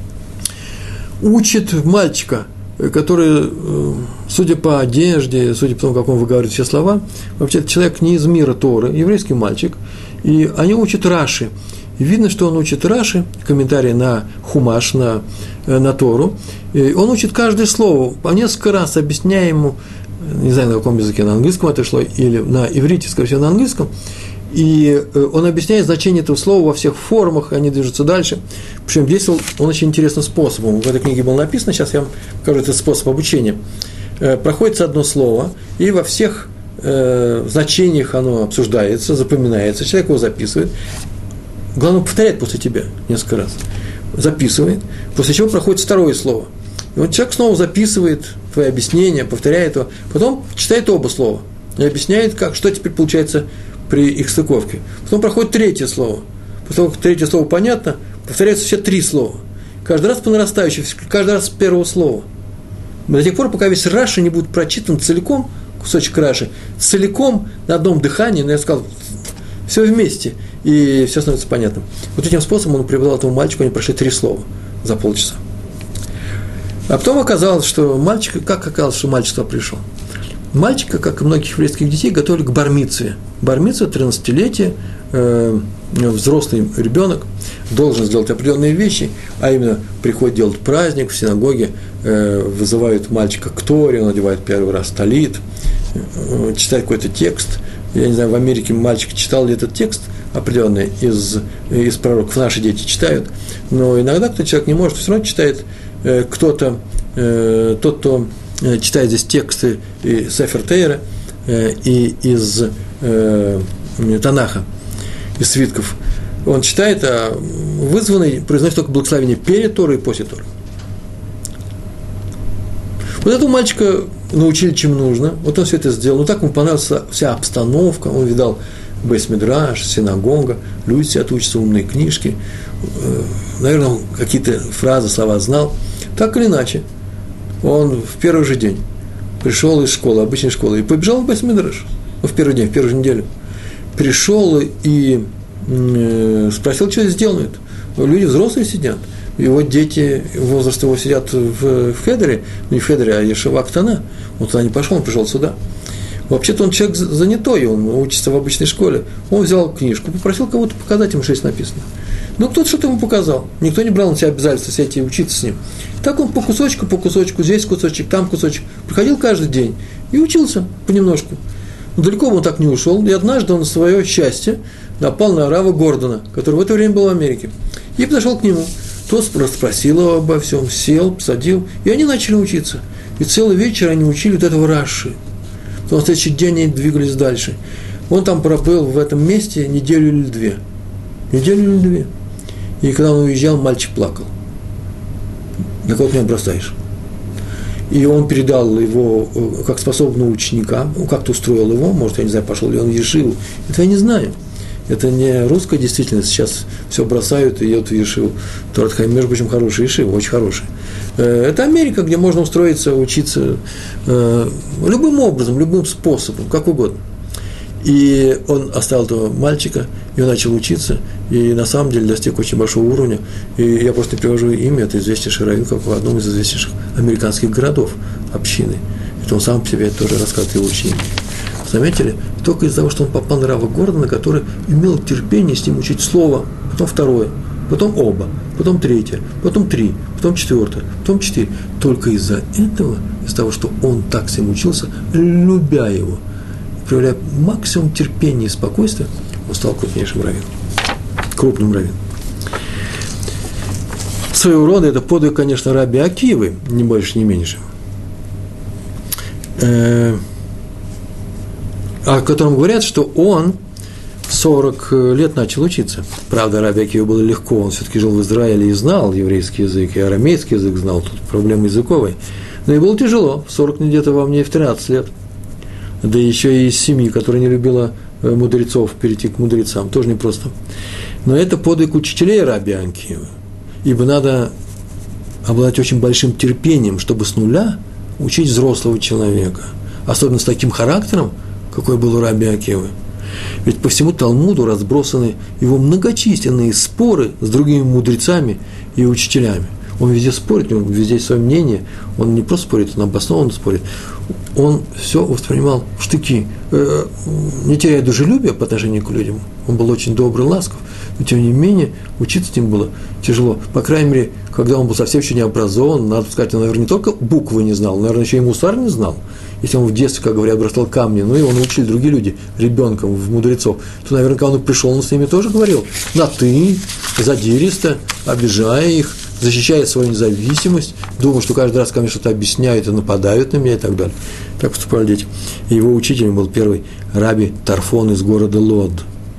A: учит мальчика, который, судя по одежде, судя по тому, как он выговаривает все слова, вообще человек не из мира Торы, еврейский мальчик, и они учат Раши. И видно, что он учит Раши, комментарии на Хумаш, на, на Тору, и он учит каждое слово, по несколько раз объясняя ему, не знаю, на каком языке, на английском это шло, или на иврите, скорее всего, на английском, и он объясняет значение этого слова во всех формах, и они движутся дальше. Причем действовал он очень интересным способом. В этой книге было написано, сейчас я вам покажу этот способ обучения. Проходится одно слово, и во всех э, значениях оно обсуждается, запоминается, человек его записывает. Главное, повторяет после тебя несколько раз. Записывает, после чего проходит второе слово. И вот человек снова записывает твои объяснения, повторяет его, потом читает оба слова и объясняет, как, что теперь получается при их стыковке. Потом проходит третье слово. После того, как третье слово понятно, повторяются все три слова. Каждый раз по нарастающей, каждый раз с первого слова. До тех пор, пока весь Раши не будет прочитан целиком, кусочек Раши, целиком на одном дыхании, но я сказал, все вместе, и все становится понятным. Вот этим способом он преподал этому мальчику, они прошли три слова за полчаса. А потом оказалось, что мальчик, как оказалось, что мальчик туда пришел? мальчика, как и многих еврейских детей, готовили к бар-мицве. Бар-мицва – тринадцатилетие, э, взрослый ребенок должен сделать определенные вещи, а именно приходит делать праздник в синагоге, э, вызывают мальчика к Торе, он надевает первый раз талит, э, читает какой-то текст. Я не знаю, в Америке мальчик читал ли этот текст определенный из, из пророков, наши дети читают, но иногда кто-то человек не может, все равно читает э, кто-то, э, тот, кто э, читает здесь тексты из Сефер Тейра э, и из э, Танаха, из свитков, он читает, а вызванный произносит только благословение перед Торой и после Торы. Вот этого мальчика научили, чем нужно, вот он все это сделал, но так ему понравилась вся обстановка, он видал бейс-мидраш, синагога, люди сидят, учатся, умные книжки, наверное, он какие-то фразы, слова знал, так или иначе, он в первый же день пришел из школы, обычной школы, и побежал в бейс-мидраш, ну, в первый день, в первую же неделю, пришел и спросил, что здесь делают, люди взрослые сидят, его дети, возраст его сидят в, в хедере, не в хедере, а Ешива Актана, он туда не пошел, он пришел сюда. Вообще-то он человек занятой, он учится в обычной школе. Он взял книжку, попросил кого-то показать ему, что здесь написано. Ну, кто-то что-то ему показал. Никто не брал на себя обязательства сидеть и учиться с ним. Так он по кусочку, по кусочку, здесь кусочек, там кусочек. Приходил каждый день и учился понемножку. Но далеко он так не ушел. И однажды он на свое счастье напал на Рава Гордона, который в это время был в Америке. И подошел к нему. Тот спросил его обо всем, сел, посадил, и они начали учиться. И целый вечер они учили вот этого Раши. Потом на следующий день они двигались дальше. Он там пробыл в этом месте неделю или две. Неделю или две. И когда он уезжал, мальчик плакал. На кого ты меня бросаешь? И он передал его как способного ученика, он как-то устроил его, может, я не знаю, пошел ли он в Ешиву. Это я не знаю. Это не русская действительность, сейчас все бросают и едут в Ешиву. Торат Хаим, между прочим, хорошая Ешива, очень хорошая. Это Америка, где можно устроиться, учиться любым образом, любым способом, как угодно. И он оставил этого мальчика, и он начал учиться, и на самом деле достиг очень большого уровня. И я просто не привожу имя, это известнейший раввин, как в одном из известнейших американских городов общины. Это он сам по себе тоже рассказывает его ученики. Заметили? Только из-за того, что он попал на Рава Гордона, который имел терпение с ним учить слово, потом второе, потом оба, потом третье, потом три, потом четвертое, потом четыре. Только из-за этого, из-за того, что он так с ним учился, любя его, проявляя максимум терпения и спокойствия, он стал крупнейшим раввином, крупным раввином. Своего рода это подвиг, конечно, Раби Акивы, не больше, не меньше. О котором говорят, что он в сорок лет начал учиться. Правда, Раби Акива было легко, он все-таки жил в Израиле и знал еврейский язык, и арамейский язык знал, тут проблема языковая. Но и было тяжело, в сорок где-то во мне и в тринадцать лет. Да еще и из семьи, которая не любила мудрецов, перейти к мудрецам, тоже непросто. Но это подвиг учителей Раби Акивы, ибо надо обладать очень большим терпением, чтобы с нуля учить взрослого человека, особенно с таким характером, какой был у Раби Акивы. Ведь по всему Талмуду разбросаны его многочисленные споры с другими мудрецами и учителями. Он везде спорит, у него везде есть свое мнение, он не просто спорит, он обоснованно спорит. Он все воспринимал в штыки, не теряя дружелюбия по отношению к людям. Он был очень добрый, ласков, но тем не менее учиться с ним было тяжело. По крайней мере, когда он был совсем еще не образован, надо сказать, он, наверное, не только буквы не знал, наверное, еще и мусар не знал. Если он в детстве, как говорят, бросал камни, ну, его научили другие люди, ребенком, в мудрецов, то, наверное, когда он пришел, он с ними тоже говорил на «ты», задиристо, обижая их, защищая свою независимость, думая, что каждый раз ко мне что-то объясняют и нападают на меня и так далее. Так поступали дети. И его учителем был первый Раби Тарфон из города Лод.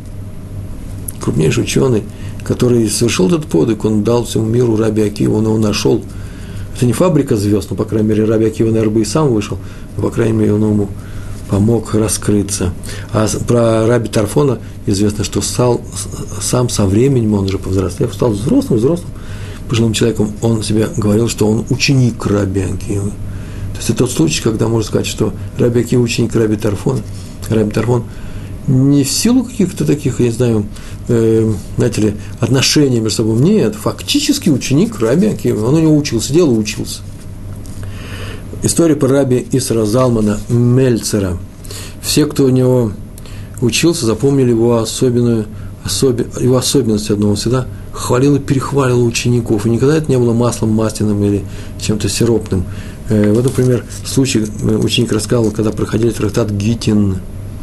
A: Крупнейший ученый, который совершил этот подвиг, он дал всему миру Раби Акиву, он его нашел. Это не фабрика звезд, но, по крайней мере, Раби Акива, наверное, бы и сам вышел, но, по крайней мере, он ему помог раскрыться. А про Раби Тарфона известно, что стал, сам со временем, он уже повзрослев, стал взрослым, взрослым, пожилым человеком, он себе говорил, что он ученик Раби Акивы. То есть это тот случай, когда можно сказать, что Раби Акива ученик Раби Тарфона. Раби Тарфон не в силу каких-то таких, я не знаю, э, знаете ли, отношений между собой, нет, фактически ученик Раби Акивы. Он у него учился, делал и учился. История про раби Исра Залмана Мельцера. Все, кто у него учился, запомнили его особенную, особи, его особенность одного. Он всегда хвалил и перехваливал учеников. И никогда это не было маслом масляным или чем-то сиропным. Вот, например, случай ученик рассказывал, когда проходили трактат Гитин.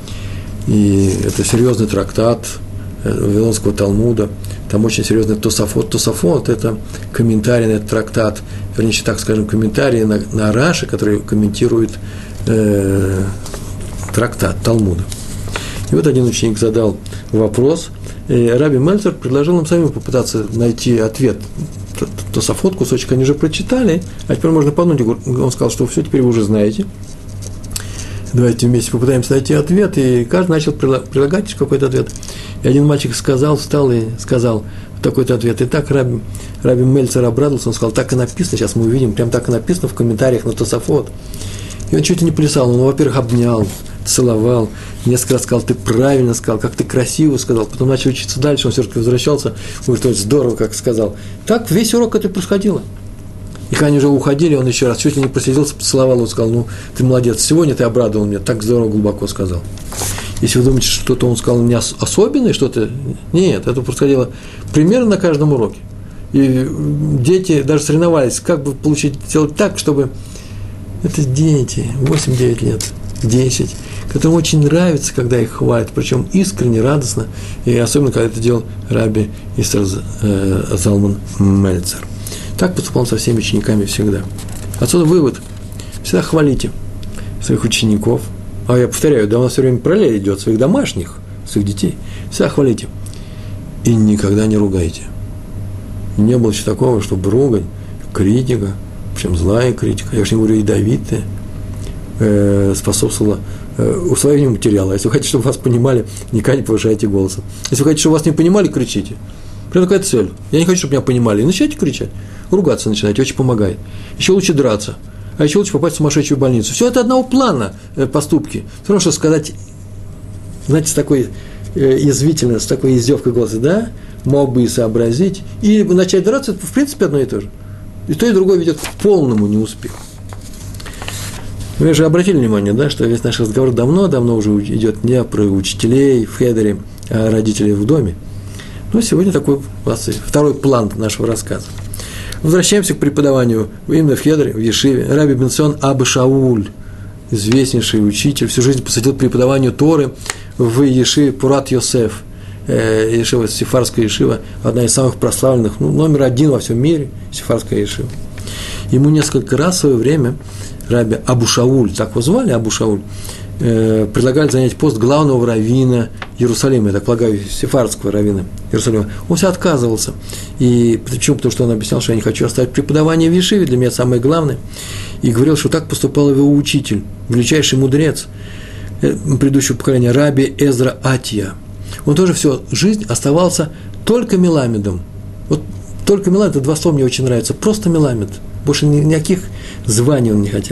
A: И это серьезный трактат Вавилонского Талмуда. Там очень серьезный Тосафот. Тосафот – это комментарий на этот трактат, вернее, так скажем, комментарий на, на Раши, который комментирует э, трактат Талмуда. И вот один ученик задал вопрос, и раби Мельцер предложил им самим попытаться найти ответ. Тосафот, кусочек они же прочитали, а теперь можно подумать. Он сказал, что все, теперь вы уже знаете. Давайте вместе попытаемся найти ответ. И каждый начал прилагать какой-то ответ. И один мальчик сказал, встал и сказал такой-то ответ. И так раби, раби Мельцер обрадовался, он сказал, так и написано, сейчас мы увидим, прям так и написано в комментариях на Тосафот. И он чуть ли не плясал, он, во-первых, обнял, целовал, несколько раз сказал, ты правильно сказал, как ты красиво сказал. Потом начал учиться дальше, он все-таки возвращался, говорит, ой, здорово, как сказал. Так весь урок это происходило. И когда они уже уходили, он еще раз чуть ли не просиделся, поцеловал, он сказал, ну, ты молодец, сегодня ты обрадовал меня, так здорово, глубоко сказал. Если вы думаете, что что-то он сказал мне особенное, что-то, нет, это происходило примерно на каждом уроке. И дети даже соревновались, как бы получить, сделать так, чтобы это дети, восемь-девять лет, десять, которым очень нравится, когда их хвалят, причем искренне, радостно, и особенно, когда это делал раби Исра Залман Мельцер. Так поступал он со всеми учениками всегда. Отсюда вывод. Всегда хвалите своих учеников. А я повторяю, да у нас все время параллель идет, своих домашних, своих детей. Всегда хвалите. И никогда не ругайте. Не было еще такого, чтобы ругань, критика, причем злая критика, я уж не говорю ядовитая, э, способствовала э, усвоению материала. Если вы хотите, чтобы вас понимали, никогда не повышайте голоса. Если вы хотите, чтобы вас не понимали, кричите. Прям такая цель. Я не хочу, чтобы меня понимали. И начинайте кричать. Ругаться начинайте, очень помогает. Еще лучше драться. А еще лучше попасть в сумасшедшую больницу. Все это одного плана э, поступки. Все равно, что сказать, знаете, с такой э, язвительностью, с такой издевкой голоса, да, мог бы и сообразить. И начать драться, это в принципе одно и то же. И то, и другое ведет к полному неуспеху. Вы же обратили внимание, да, что весь наш разговор давно-давно уже идет не про учителей в хедере, а родителей в доме. Но сегодня такой у вас второй план нашего рассказа. Возвращаемся к преподаванию именно в хедере, в ешиве. Раби Бенцион Аба Шауль, известнейший учитель, всю жизнь посвятил преподаванию Торы в ешиве Пурат Йосеф. Ешива, сефардская ешива, одна из самых прославленных, ну, номер один во всем мире, сефардская ешива. Ему несколько раз в свое время раби Абу Шауль, так его звали, Абу Шауль, э, предлагали занять пост главного раввина Иерусалима, я так полагаю, сефардского раввина Иерусалима. Он все отказывался. И почему? Потому что он объяснял, что я не хочу оставить преподавание в ешиве, для меня это самое главное. И говорил, что так поступал его учитель, величайший мудрец предыдущего поколения, раби Эзра Атия. Он тоже всю жизнь оставался только меламедом. Вот только меламед, это два слова мне очень нравятся. Просто меламед. Больше никаких званий он не хотел.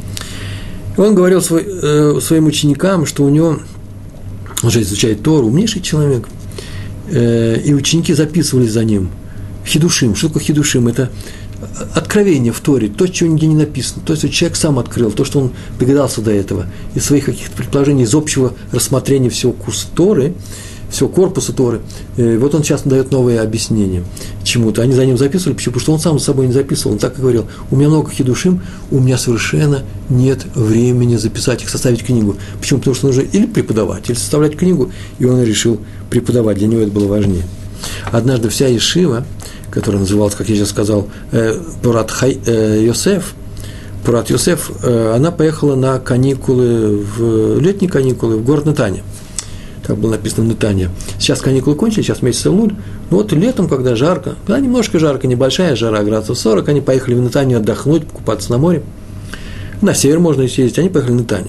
A: И он говорил свой, э, своим ученикам, что у него, он же изучает Тору, умнейший человек, э, и ученики записывали за ним. Хидушим. Что такое хидушим? Это откровение в Торе, то, чего нигде не написано. То есть человек сам открыл, то, что он догадался до этого, из своих каких-то предположений, из общего рассмотрения всего курса Торы, всего корпуса Торы. И вот он сейчас дает новые объяснения чему-то. Они за ним записывали, почему? Потому что он сам за собой не записывал. Он так и говорил: у меня много хидушим, у меня совершенно нет времени записать их, составить книгу. Почему? Потому что нужно или преподавать, или составлять книгу, и он решил преподавать. Для него это было важнее. Однажды вся ешива, которая называлась, как я сейчас сказал, Пурат Йосеф, Пурат Йосеф, она поехала на каникулы, в летние каникулы в город Нетанья. Так было написано в Нетанье. Сейчас каникулы кончились, сейчас месяц Элуль. Ну вот летом, когда жарко, когда немножко жарко, небольшая жара, градусов сорок, они поехали в Нетанью отдохнуть, покупаться на море. На север можно съездить, они поехали в Нетанью.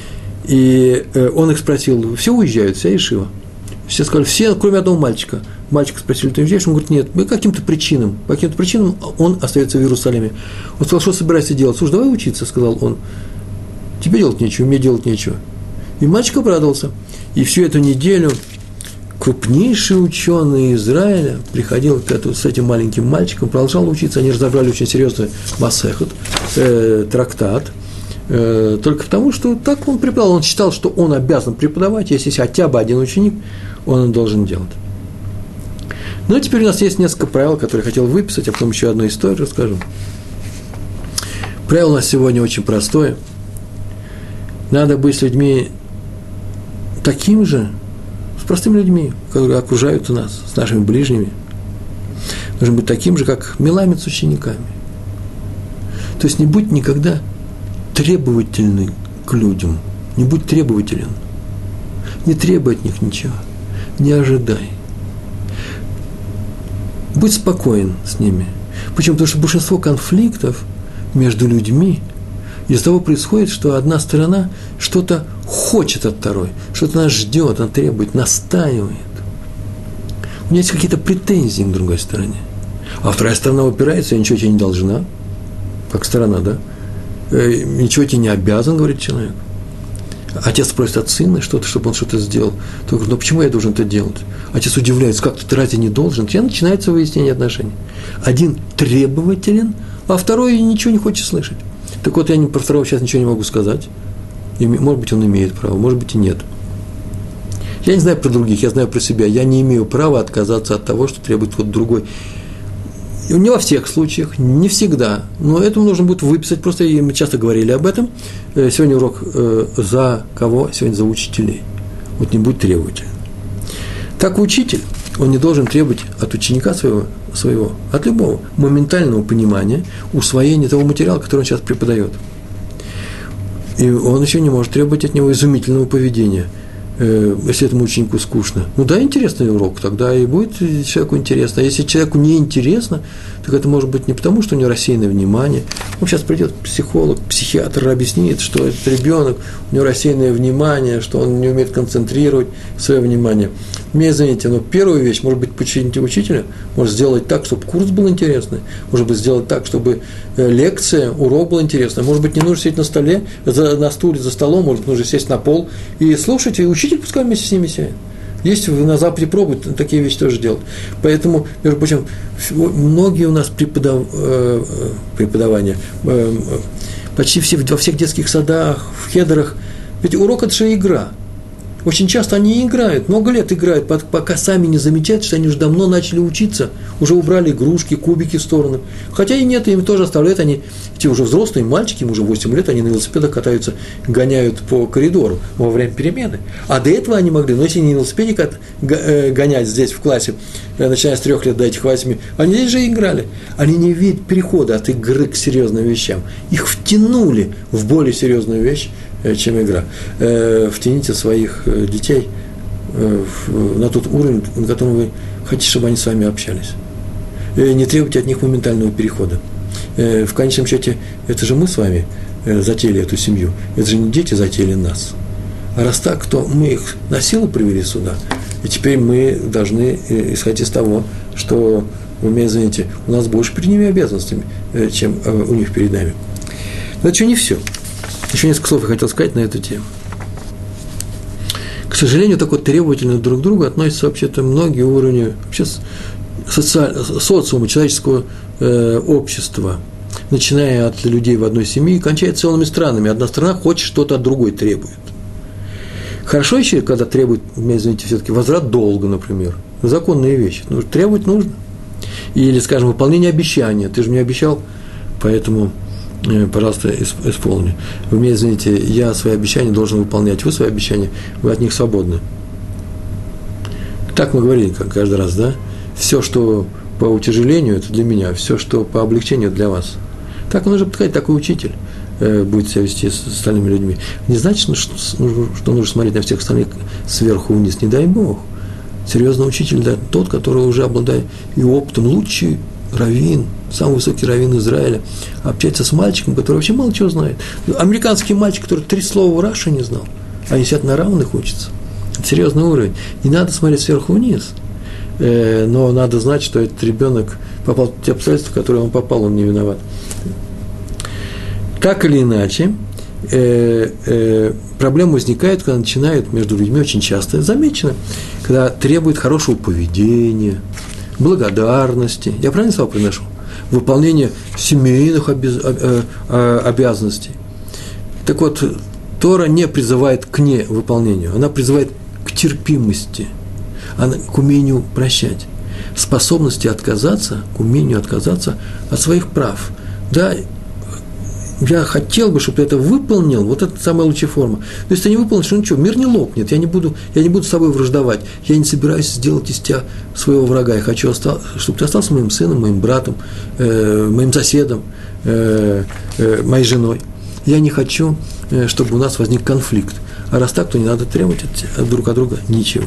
A: И он их спросил: все уезжают, вся ешива? Все сказали: все, кроме одного мальчика. Мальчика спросили: ты уезжаешь? Он говорит: нет, по каким-то причинам. По каким-то причинам он остается в Иерусалиме. Он сказал: что собираешься делать? Слушай, давай учиться, сказал он. Тебе делать нечего, мне делать нечего. И мальчик обрадовался. И всю эту неделю крупнейший ученый Израиля приходил с этим маленьким мальчиком, продолжал учиться. Они разобрали очень серьезный масехет, э, трактат. э, только потому, что так он преподавал. Он считал, что он обязан преподавать, если есть хотя бы один ученик, он должен делать. Ну, а теперь у нас есть несколько правил, которые я хотел выписать, а потом еще одну историю расскажу. Правило у нас сегодня очень простое. Надо быть с людьми таким же, с простыми людьми, которые окружают нас, с нашими ближними. Нужно быть таким же, как Меламед с учениками. То есть не будь никогда требовательный к людям, не будь требователен, не требуй от них ничего, не ожидай. Будь спокоен с ними. Почему? Потому что большинство конфликтов между людьми из-за того происходит, что одна сторона что-то хочет от второй, что-то она ждет, она требует, настаивает. У нее есть какие-то претензии к другой стороне. А вторая сторона упирается, я ничего тебе не должна, как сторона, да? Э, ничего тебе не обязан, говорит человек. Отец просит от сына что-то, чтобы он что-то сделал. Тот говорит, ну почему я должен это делать? Отец удивляется, как ты разве не должен? И начинается выяснение отношений. Один требователен, а второй ничего не хочет слышать. Так вот, я про второго сейчас ничего не могу сказать. И, может быть, он имеет право, может быть, и нет. Я не знаю про других, я знаю про себя. Я не имею права отказаться от того, что требует вот другой. И не во всех случаях, не всегда, но этому нужно будет выписать. Просто мы часто говорили об этом. Сегодня урок за кого? Сегодня за учителей. Вот не будь требователен. Так учитель, он не должен требовать от ученика своего, своего, от любого, моментального понимания, усвоения того материала, который он сейчас преподает. И он еще не может требовать от него изумительного поведения, если этому ученику скучно. Ну да, интересный урок, тогда и будет человеку интересно. А если человеку не интересно, так это может быть не потому, что у него рассеянное внимание. Ну, сейчас придет психолог, психиатр объяснит, что этот ребенок, у него рассеянное внимание, что он не умеет концентрировать свое внимание. Мне извините, но первую вещь, может быть, починить учителя, может сделать так, чтобы курс был интересный, может быть, сделать так, чтобы лекция, урок был интересный, может быть, не нужно сидеть на столе, за, на стуле, за столом, может быть, нужно сесть на пол и слушать, и учитель пускай вместе с ними сядет. Есть на Западе пробуют такие вещи тоже делать. Поэтому, между прочим, многие у нас преподав... преподавания, почти все, во всех детских садах, в хедерах, ведь урок – это же игра. Очень часто они играют, много лет играют, пока сами не замечают, что они уже давно начали учиться, уже убрали игрушки, кубики в сторону. Хотя и нет, им тоже оставляют, они, те уже взрослые мальчики, им уже восемь лет, они на велосипедах катаются, гоняют по коридору во время перемены. А до этого они могли, но если не на велосипеде гонять здесь в классе, начиная с трех лет до этих восьми, они здесь же играли. Они не видят перехода от игры к серьезным вещам. Их втянули в более серьезную вещь, чем игра. Втяните своих детей на тот уровень, на котором вы хотите, чтобы они с вами общались. Не требуйте от них моментального перехода. В конечном счете, это же мы с вами затеяли эту семью. Это же не дети затеяли нас. А раз так, то мы их на силу привели сюда. И теперь мы должны исходить из того, что, вы меня извините, у нас больше перед ними обязанностями, чем у них перед нами. Но это еще не все. Еще несколько слов я хотел сказать на эту тему. К сожалению, так вот требовательно друг к другу относятся вообще-то многие уровни вообще социаль... социума, человеческого э, общества, начиная от людей в одной семье и кончая целыми странами. Одна страна хочет что-то от другой требует. Хорошо еще, когда требует, извините, все-таки возврат долга, например. Законные вещи. Ну, требовать нужно. Или, скажем, выполнение обещания. Ты же мне обещал, поэтому... пожалуйста, исполни. Вы мне извините, я свои обещания должен выполнять, вы свои обещания, вы от них свободны. Так мы говорили каждый раз, да? Все, что по утяжелению, это для меня, все, что по облегчению, для вас. Так нужно подходить, такой учитель будет себя вести с остальными людьми. Не значит, что, что нужно смотреть на всех остальных сверху вниз, не дай Бог. Серьезный учитель, да, тот, который уже обладает и опытом, лучший раввин, самый высокий раввин Израиля, общается с мальчиком, который вообще мало чего знает. Американский мальчик, который три слова Раши не знал, они сидят на равных, учатся. Это серьезный уровень. Не надо смотреть сверху вниз, но надо знать, что этот ребенок попал в те обстоятельства, в которые он попал, он не виноват. Так или иначе, проблема возникает, когда начинают между людьми очень часто, замечено, когда требует хорошего поведения, благодарности, я правильно слова приношу? Выполнение семейных обез... обязанностей. Так вот, Тора не призывает к невыполнению, она призывает к терпимости, к умению прощать, способности отказаться, к умению отказаться от своих прав. Да, я хотел бы, чтобы ты это выполнил, вот это самая лучшая форма. Но если ты не выполнишь, ну ничего, мир не лопнет, я не буду, я не буду с тобой враждовать, я не собираюсь сделать из тебя своего врага, я хочу, чтобы ты остался моим сыном, моим братом, э, моим соседом, э, э, моей женой. Я не хочу, э, чтобы у нас возник конфликт. А раз так, то не надо требовать от, от друг от друга ничего.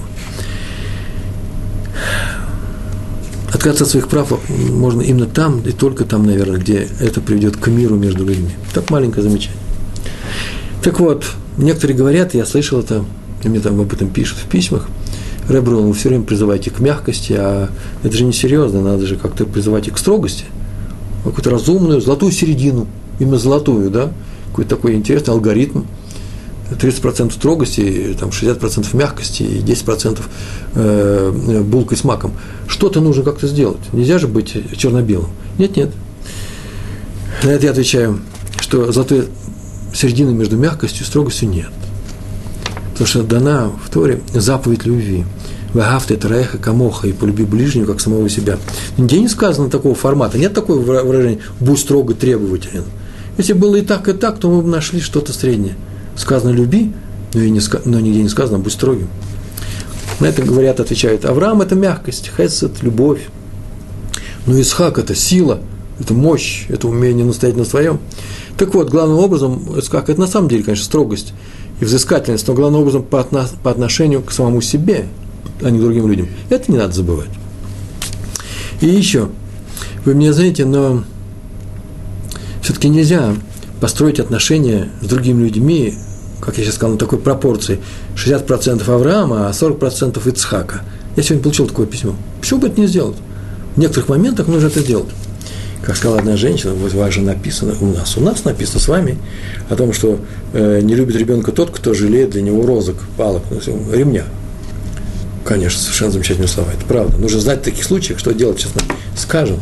A: Отказаться от своих прав можно именно там и только там, наверное, где это приведет к миру между людьми. Так маленькое замечание. Так вот, некоторые говорят, я слышал это, и мне там об этом пишут в письмах, Реб Рувен, вы все время призываете к мягкости, а это же несерьезно, надо же как-то призывать и к строгости, какую-то разумную, золотую середину, именно золотую, да, какой-то такой интересный алгоритм, тридцать процентов строгости, там, шестьдесят процентов мягкости и десять процентов э, булкой с маком. Что-то нужно как-то сделать. Нельзя же быть черно-белым. Нет, нет. На это я отвечаю, что золотой середины между мягкостью и строгостью нет. Потому что дана в Торе заповедь любви. «Вагафта это раеха камоха» и «полюби ближнего, как самого себя». Нигде не сказано такого формата. Нет такого выражения «будь строго требователен». Если было и так, и так, то мы бы нашли что-то среднее. Сказано «люби», но, и не, но нигде не сказано «будь строгим». На это говорят, отвечают: Авраам – это мягкость, хесед – любовь. Но Исхак – это сила, это мощь, это умение настоять на своем. Так вот, главным образом, Исхак – это на самом деле, конечно, строгость и взыскательность, но главным образом по, отно, по отношению к самому себе, а не к другим людям. Это не надо забывать. И еще, вы меня знаете, но все-таки нельзя построить отношения с другими людьми, как я сейчас сказал, на такой пропорции, шестьдесят процентов Авраама, а сорок процентов Ицхака. Я сегодня получил такое письмо. Почему бы это не сделать? В некоторых моментах нужно это делать. Как сказала одна женщина, у вас же написано у нас, у нас написано с вами о том, что э, не любит ребенка тот, кто жалеет для него розок, палок, ну, ремня. Конечно, совершенно замечательные слова, это правда. Нужно знать в таких случаях, что делать, сейчас мы скажем.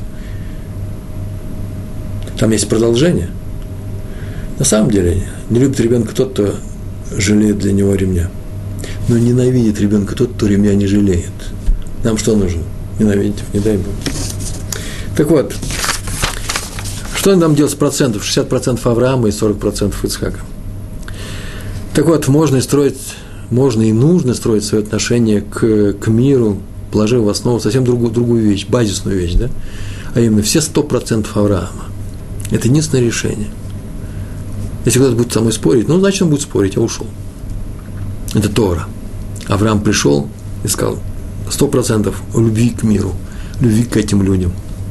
A: Там есть продолжение. На самом деле, не любит ребенка тот, кто жалеет для него ремня. Но ненавидит ребенка тот, кто ремня не жалеет. Нам что нужно? Ненавидеть, не дай Бог. Так вот, что нам делать с процентов? шестьдесят процентов Авраама и сорок процентов Ицхака. Так вот, можно и строить, можно и нужно строить свои отношения к, к миру, положив в основу совсем другую, другую вещь, базисную вещь, да? А именно все сто процентов Авраама. Это единственное решение. Если кто-то будет со мной спорить, ну, значит, он будет спорить, я ушел. Это Тора. Авраам пришел и сказал сто процентов любви к миру, любви к этим людям.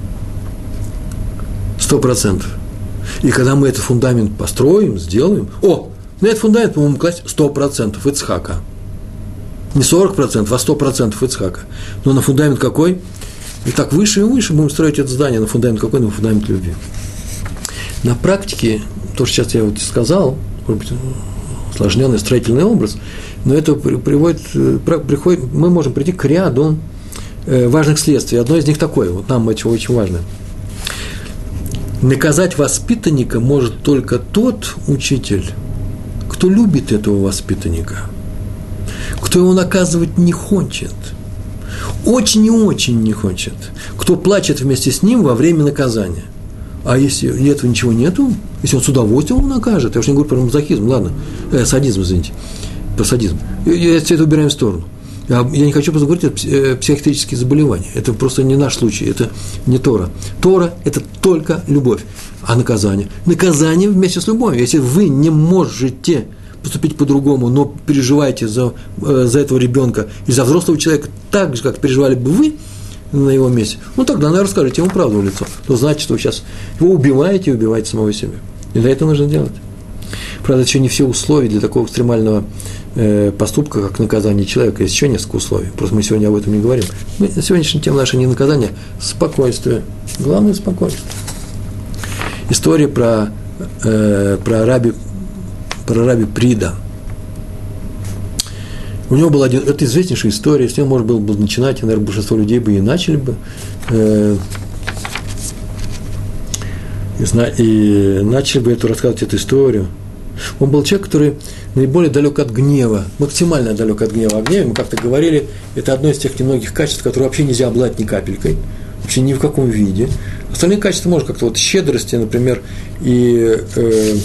A: Сто процентов. И когда мы этот фундамент построим, сделаем, о, на этот фундамент мы будем класть сто процентов Ицхака. Не сорок процентов, а сто процентов Ицхака. Но на фундамент какой? И так выше и выше будем строить это здание. На фундамент какой? На фундамент любви. На практике, то, что сейчас я вот сказал, может быть, усложненный строительный образ, но это приводит, приходит, мы можем прийти к ряду важных следствий. Одно из них такое, вот нам это очень важно. Наказать воспитанника может только тот учитель, кто любит этого воспитанника, кто его наказывать не хочет, очень и очень не хочет, кто плачет вместе с ним во время наказания. А если этого ничего нету, если он с удовольствием его накажет, я уж не говорю про мазохизм, ладно, э, садизм, извините, про садизм, если это убираем в сторону. Я, я не хочу просто говорить о психиатрических заболеваниях, это просто не наш случай, это не Тора. Тора – это только любовь, а наказание. Наказание вместе с любовью. Если вы не можете поступить по-другому, но переживаете за, за этого ребенка и за взрослого человека так же, как переживали бы вы на его месте, ну тогда, наверное, расскажите ему правду в лицо. То значит, что вы сейчас его убиваете и убиваете самого себя. И для этого нужно делать. Правда, это еще не все условия для такого экстремального э, поступка, как наказание человека. Есть еще несколько условий. Просто мы сегодня об этом не говорим. Мы, сегодняшняя тема наша не наказание, а спокойствие. Главное – спокойствие. История про, э, про, раби, про раби Прида. У него был один, это известнейшая история, с нее можно было бы начинать, и, наверное, большинство людей бы и начали бы. Э, и, и начали бы эту, рассказывать эту историю. Он был человек, который наиболее далек от гнева, максимально далек от гнева. О гневе мы как-то говорили, это одно из тех немногих качеств, которые вообще нельзя обладать ни капелькой, вообще ни в каком виде. Остальные качества можно как-то, вот щедрости, например, и э,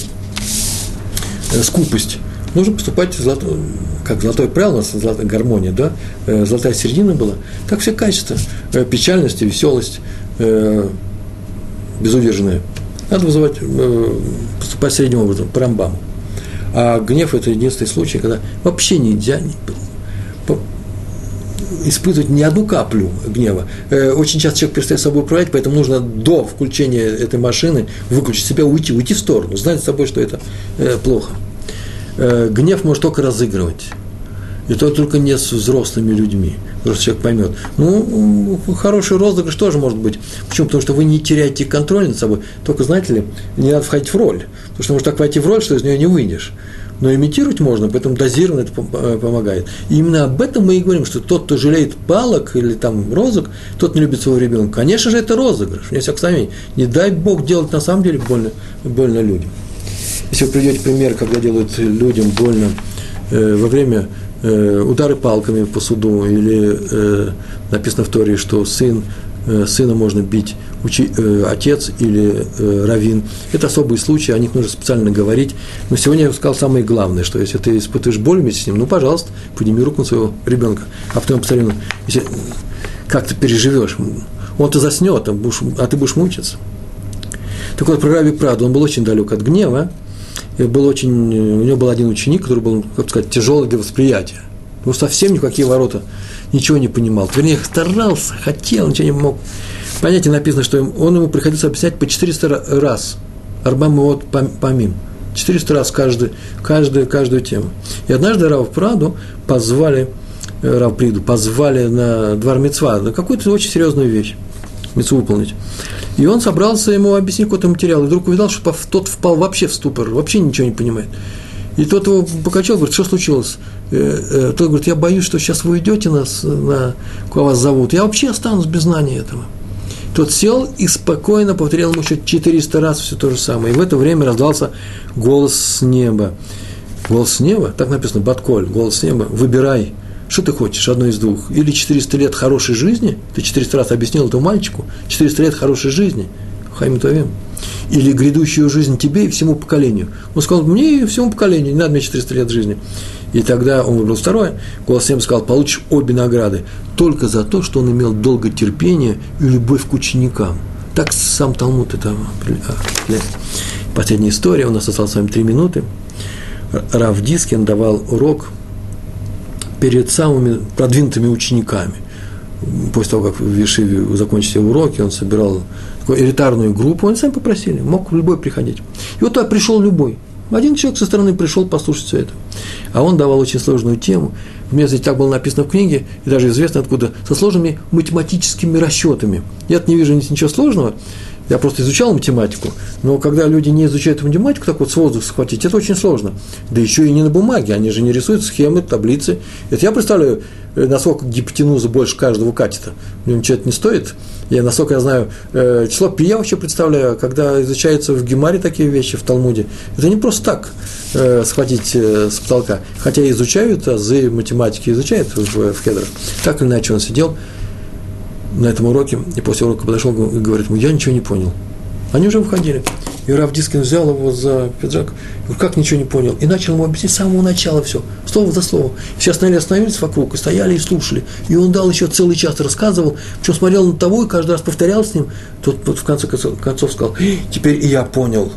A: э, скупость. Нужно поступать золото, как золотое правило, у нас золотая гармония, да, э, золотая середина была. Так все качества, э, печальность, веселость, э, безудержная. Надо вызывать, э, поступать средним образом, по Рамбаму. А гнев – это единственный случай, когда вообще нельзя не, по, испытывать ни одну каплю гнева. Э, очень часто человек перестает собой управлять, поэтому нужно до включения этой машины выключить себя, уйти, уйти в сторону, знать с собой, что это э, плохо. Э, гнев может только разыгрывать. И то только не с взрослыми людьми. Просто человек поймет. Ну, хороший розыгрыш тоже может быть. Почему? Потому что вы не теряете контроль над собой. Только, знаете ли, не надо входить в роль. Потому что можно так войти в роль, что из нее не выйдешь. Но имитировать можно, поэтому дозированно это помогает. И именно об этом мы и говорим, что тот, кто жалеет палок или там розок, тот не любит своего ребенка. Конечно же, это розыгрыш. Вне всяких сомнений. Не дай Бог делать на самом деле больно, больно людям. Если вы приведете пример, когда делают людям больно э, во время удары палками по суду, или э, написано в Торе, что сын, э, сына можно бить учи, э, отец или э, раввин. Это особые случаи, о них нужно специально говорить. Но сегодня я сказал самое главное, что если ты испытываешь боль вместе с ним, ну, пожалуйста, подними руку на своего ребенка. А потом посмотри, ну, если, как ты переживешь, он-то заснет, а, будешь, а ты будешь мучиться. Так вот, про Раби Праду, он был очень далек от гнева. Был очень, у него был один ученик, который был, как сказать, тяжелый для восприятия. Ну, совсем никакие ворота, ничего не понимал. Вернее, старался, хотел, ничего не мог. Понятие написано, что он ему приходилось объяснять по четыреста раз. Арбам и вот помим. четыреста раз каждый, каждую, каждую тему. И однажды Рав Праду позвали, Рав Приду, позвали на двор мицва, на какую-то очень серьезную вещь, мицву выполнить. И он собрался ему объяснить какой-то материал, и вдруг увидел, что тот впал вообще в ступор, вообще ничего не понимает. И тот его покачал, говорит, что случилось? Тот говорит, я боюсь, что сейчас вы уйдете, нас, на, куда вас зовут, я вообще останусь без знания этого. Тот сел и спокойно повторял ему еще четыреста раз все то же самое. И в это время раздался голос с неба. Голос с неба, так написано, Батколь, голос с неба, выбирай. Что ты хочешь, одно из двух? Или четыреста лет хорошей жизни, ты четыреста раз объяснил этому мальчику, четыреста лет хорошей жизни, Хаим Товим, или грядущую жизнь тебе и всему поколению. Он сказал, мне и всему поколению, не надо мне четыреста лет жизни. И тогда он выбрал второе, голос всем сказал, получишь обе награды, только за то, что он имел долготерпение и любовь к ученикам. Так сам Талмуд это определяет. Последняя история, у нас осталось с вами три минуты. Рав Дискин давал урок перед самыми продвинутыми учениками. После того, как в Ешиве закончили уроки, он собирал такую элитарную группу, они сами попросили, мог любой приходить. И вот так пришел любой. Один человек со стороны пришел послушать все это. А он давал очень сложную тему. Вместо так было написано в книге, и даже известно откуда, со сложными математическими расчетами. Я не вижу ничего сложного. Я просто изучал математику, но когда люди не изучают математику, так вот с воздуха схватить, это очень сложно. Да еще и не на бумаге, они же не рисуют схемы, таблицы. Это я представляю, насколько гипотенуза больше каждого катета. Мне ничего это не стоит. Я, насколько я знаю, число пи я вообще представляю, когда изучаются в Гемаре такие вещи, в Талмуде. Это не просто так схватить с потолка. Хотя изучают азы математики, изучают в, в кедрах. Так или иначе он сидел на этом уроке, и после урока подошел и говорит ему, я ничего не понял. Они уже выходили. И Рав Дискин взял его за пиджак, говорит, как ничего не понял? И начал ему объяснить с самого начала все, слово за слово. Все остальные остановились вокруг и стояли и слушали. И он дал еще целый час, рассказывал, причем смотрел на того и каждый раз повторял с ним. Тот, тот в конце концов сказал, теперь и я понял.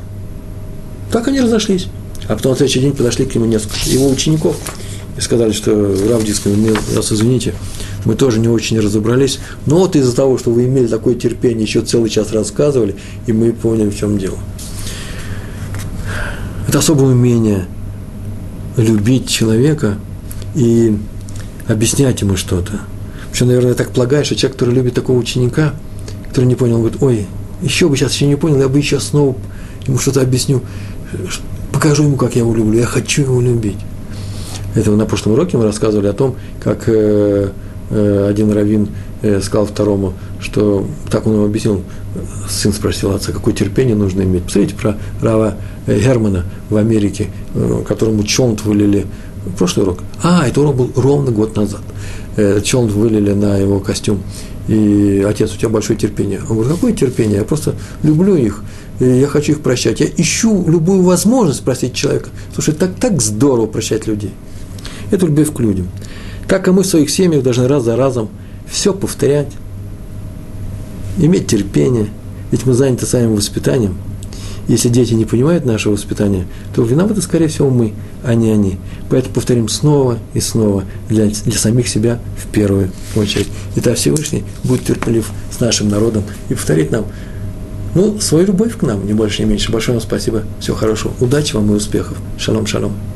A: Так они разошлись. А потом на следующий день подошли к нему несколько его учеников и сказали, что Рав Дискин, нас извините, мы тоже не очень разобрались, но вот из-за того, что вы имели такое терпение, еще целый час рассказывали, и мы поняли, в чем дело. Это особое умение любить человека и объяснять ему что-то. Причем, наверное, так полагаешь, что человек, который любит такого ученика, который не понял, говорит, ой, еще бы сейчас еще не понял, я бы сейчас снова ему что-то объясню, покажу ему, как я его люблю, я хочу его любить. Это на прошлом уроке мы рассказывали о том, как один раввин сказал второму, что так он ему объяснил, сын спросил отца, какое терпение нужно иметь. Посмотрите про рава Германа в Америке, которому челнт вылили, прошлый урок, а, это урок был ровно год назад, челнт вылили на его костюм, и отец, у тебя большое терпение. Он говорит, какое терпение, я просто люблю их, и я хочу их прощать, я ищу любую возможность просить человека. Слушай, так, так здорово прощать людей. Это любовь к людям. Так и мы в своих семьях должны раз за разом все повторять, иметь терпение, ведь мы заняты своим воспитанием. Если дети не понимают нашего воспитания, то виноваты, скорее всего, мы, а не они. Поэтому повторим снова и снова для, для самих себя в первую очередь. И тогда Всевышний будет терпелив с нашим народом и повторит нам, ну, свою любовь к нам, не больше, не меньше. Большое вам спасибо, всего хорошего, удачи вам и успехов. Шалом, шалом.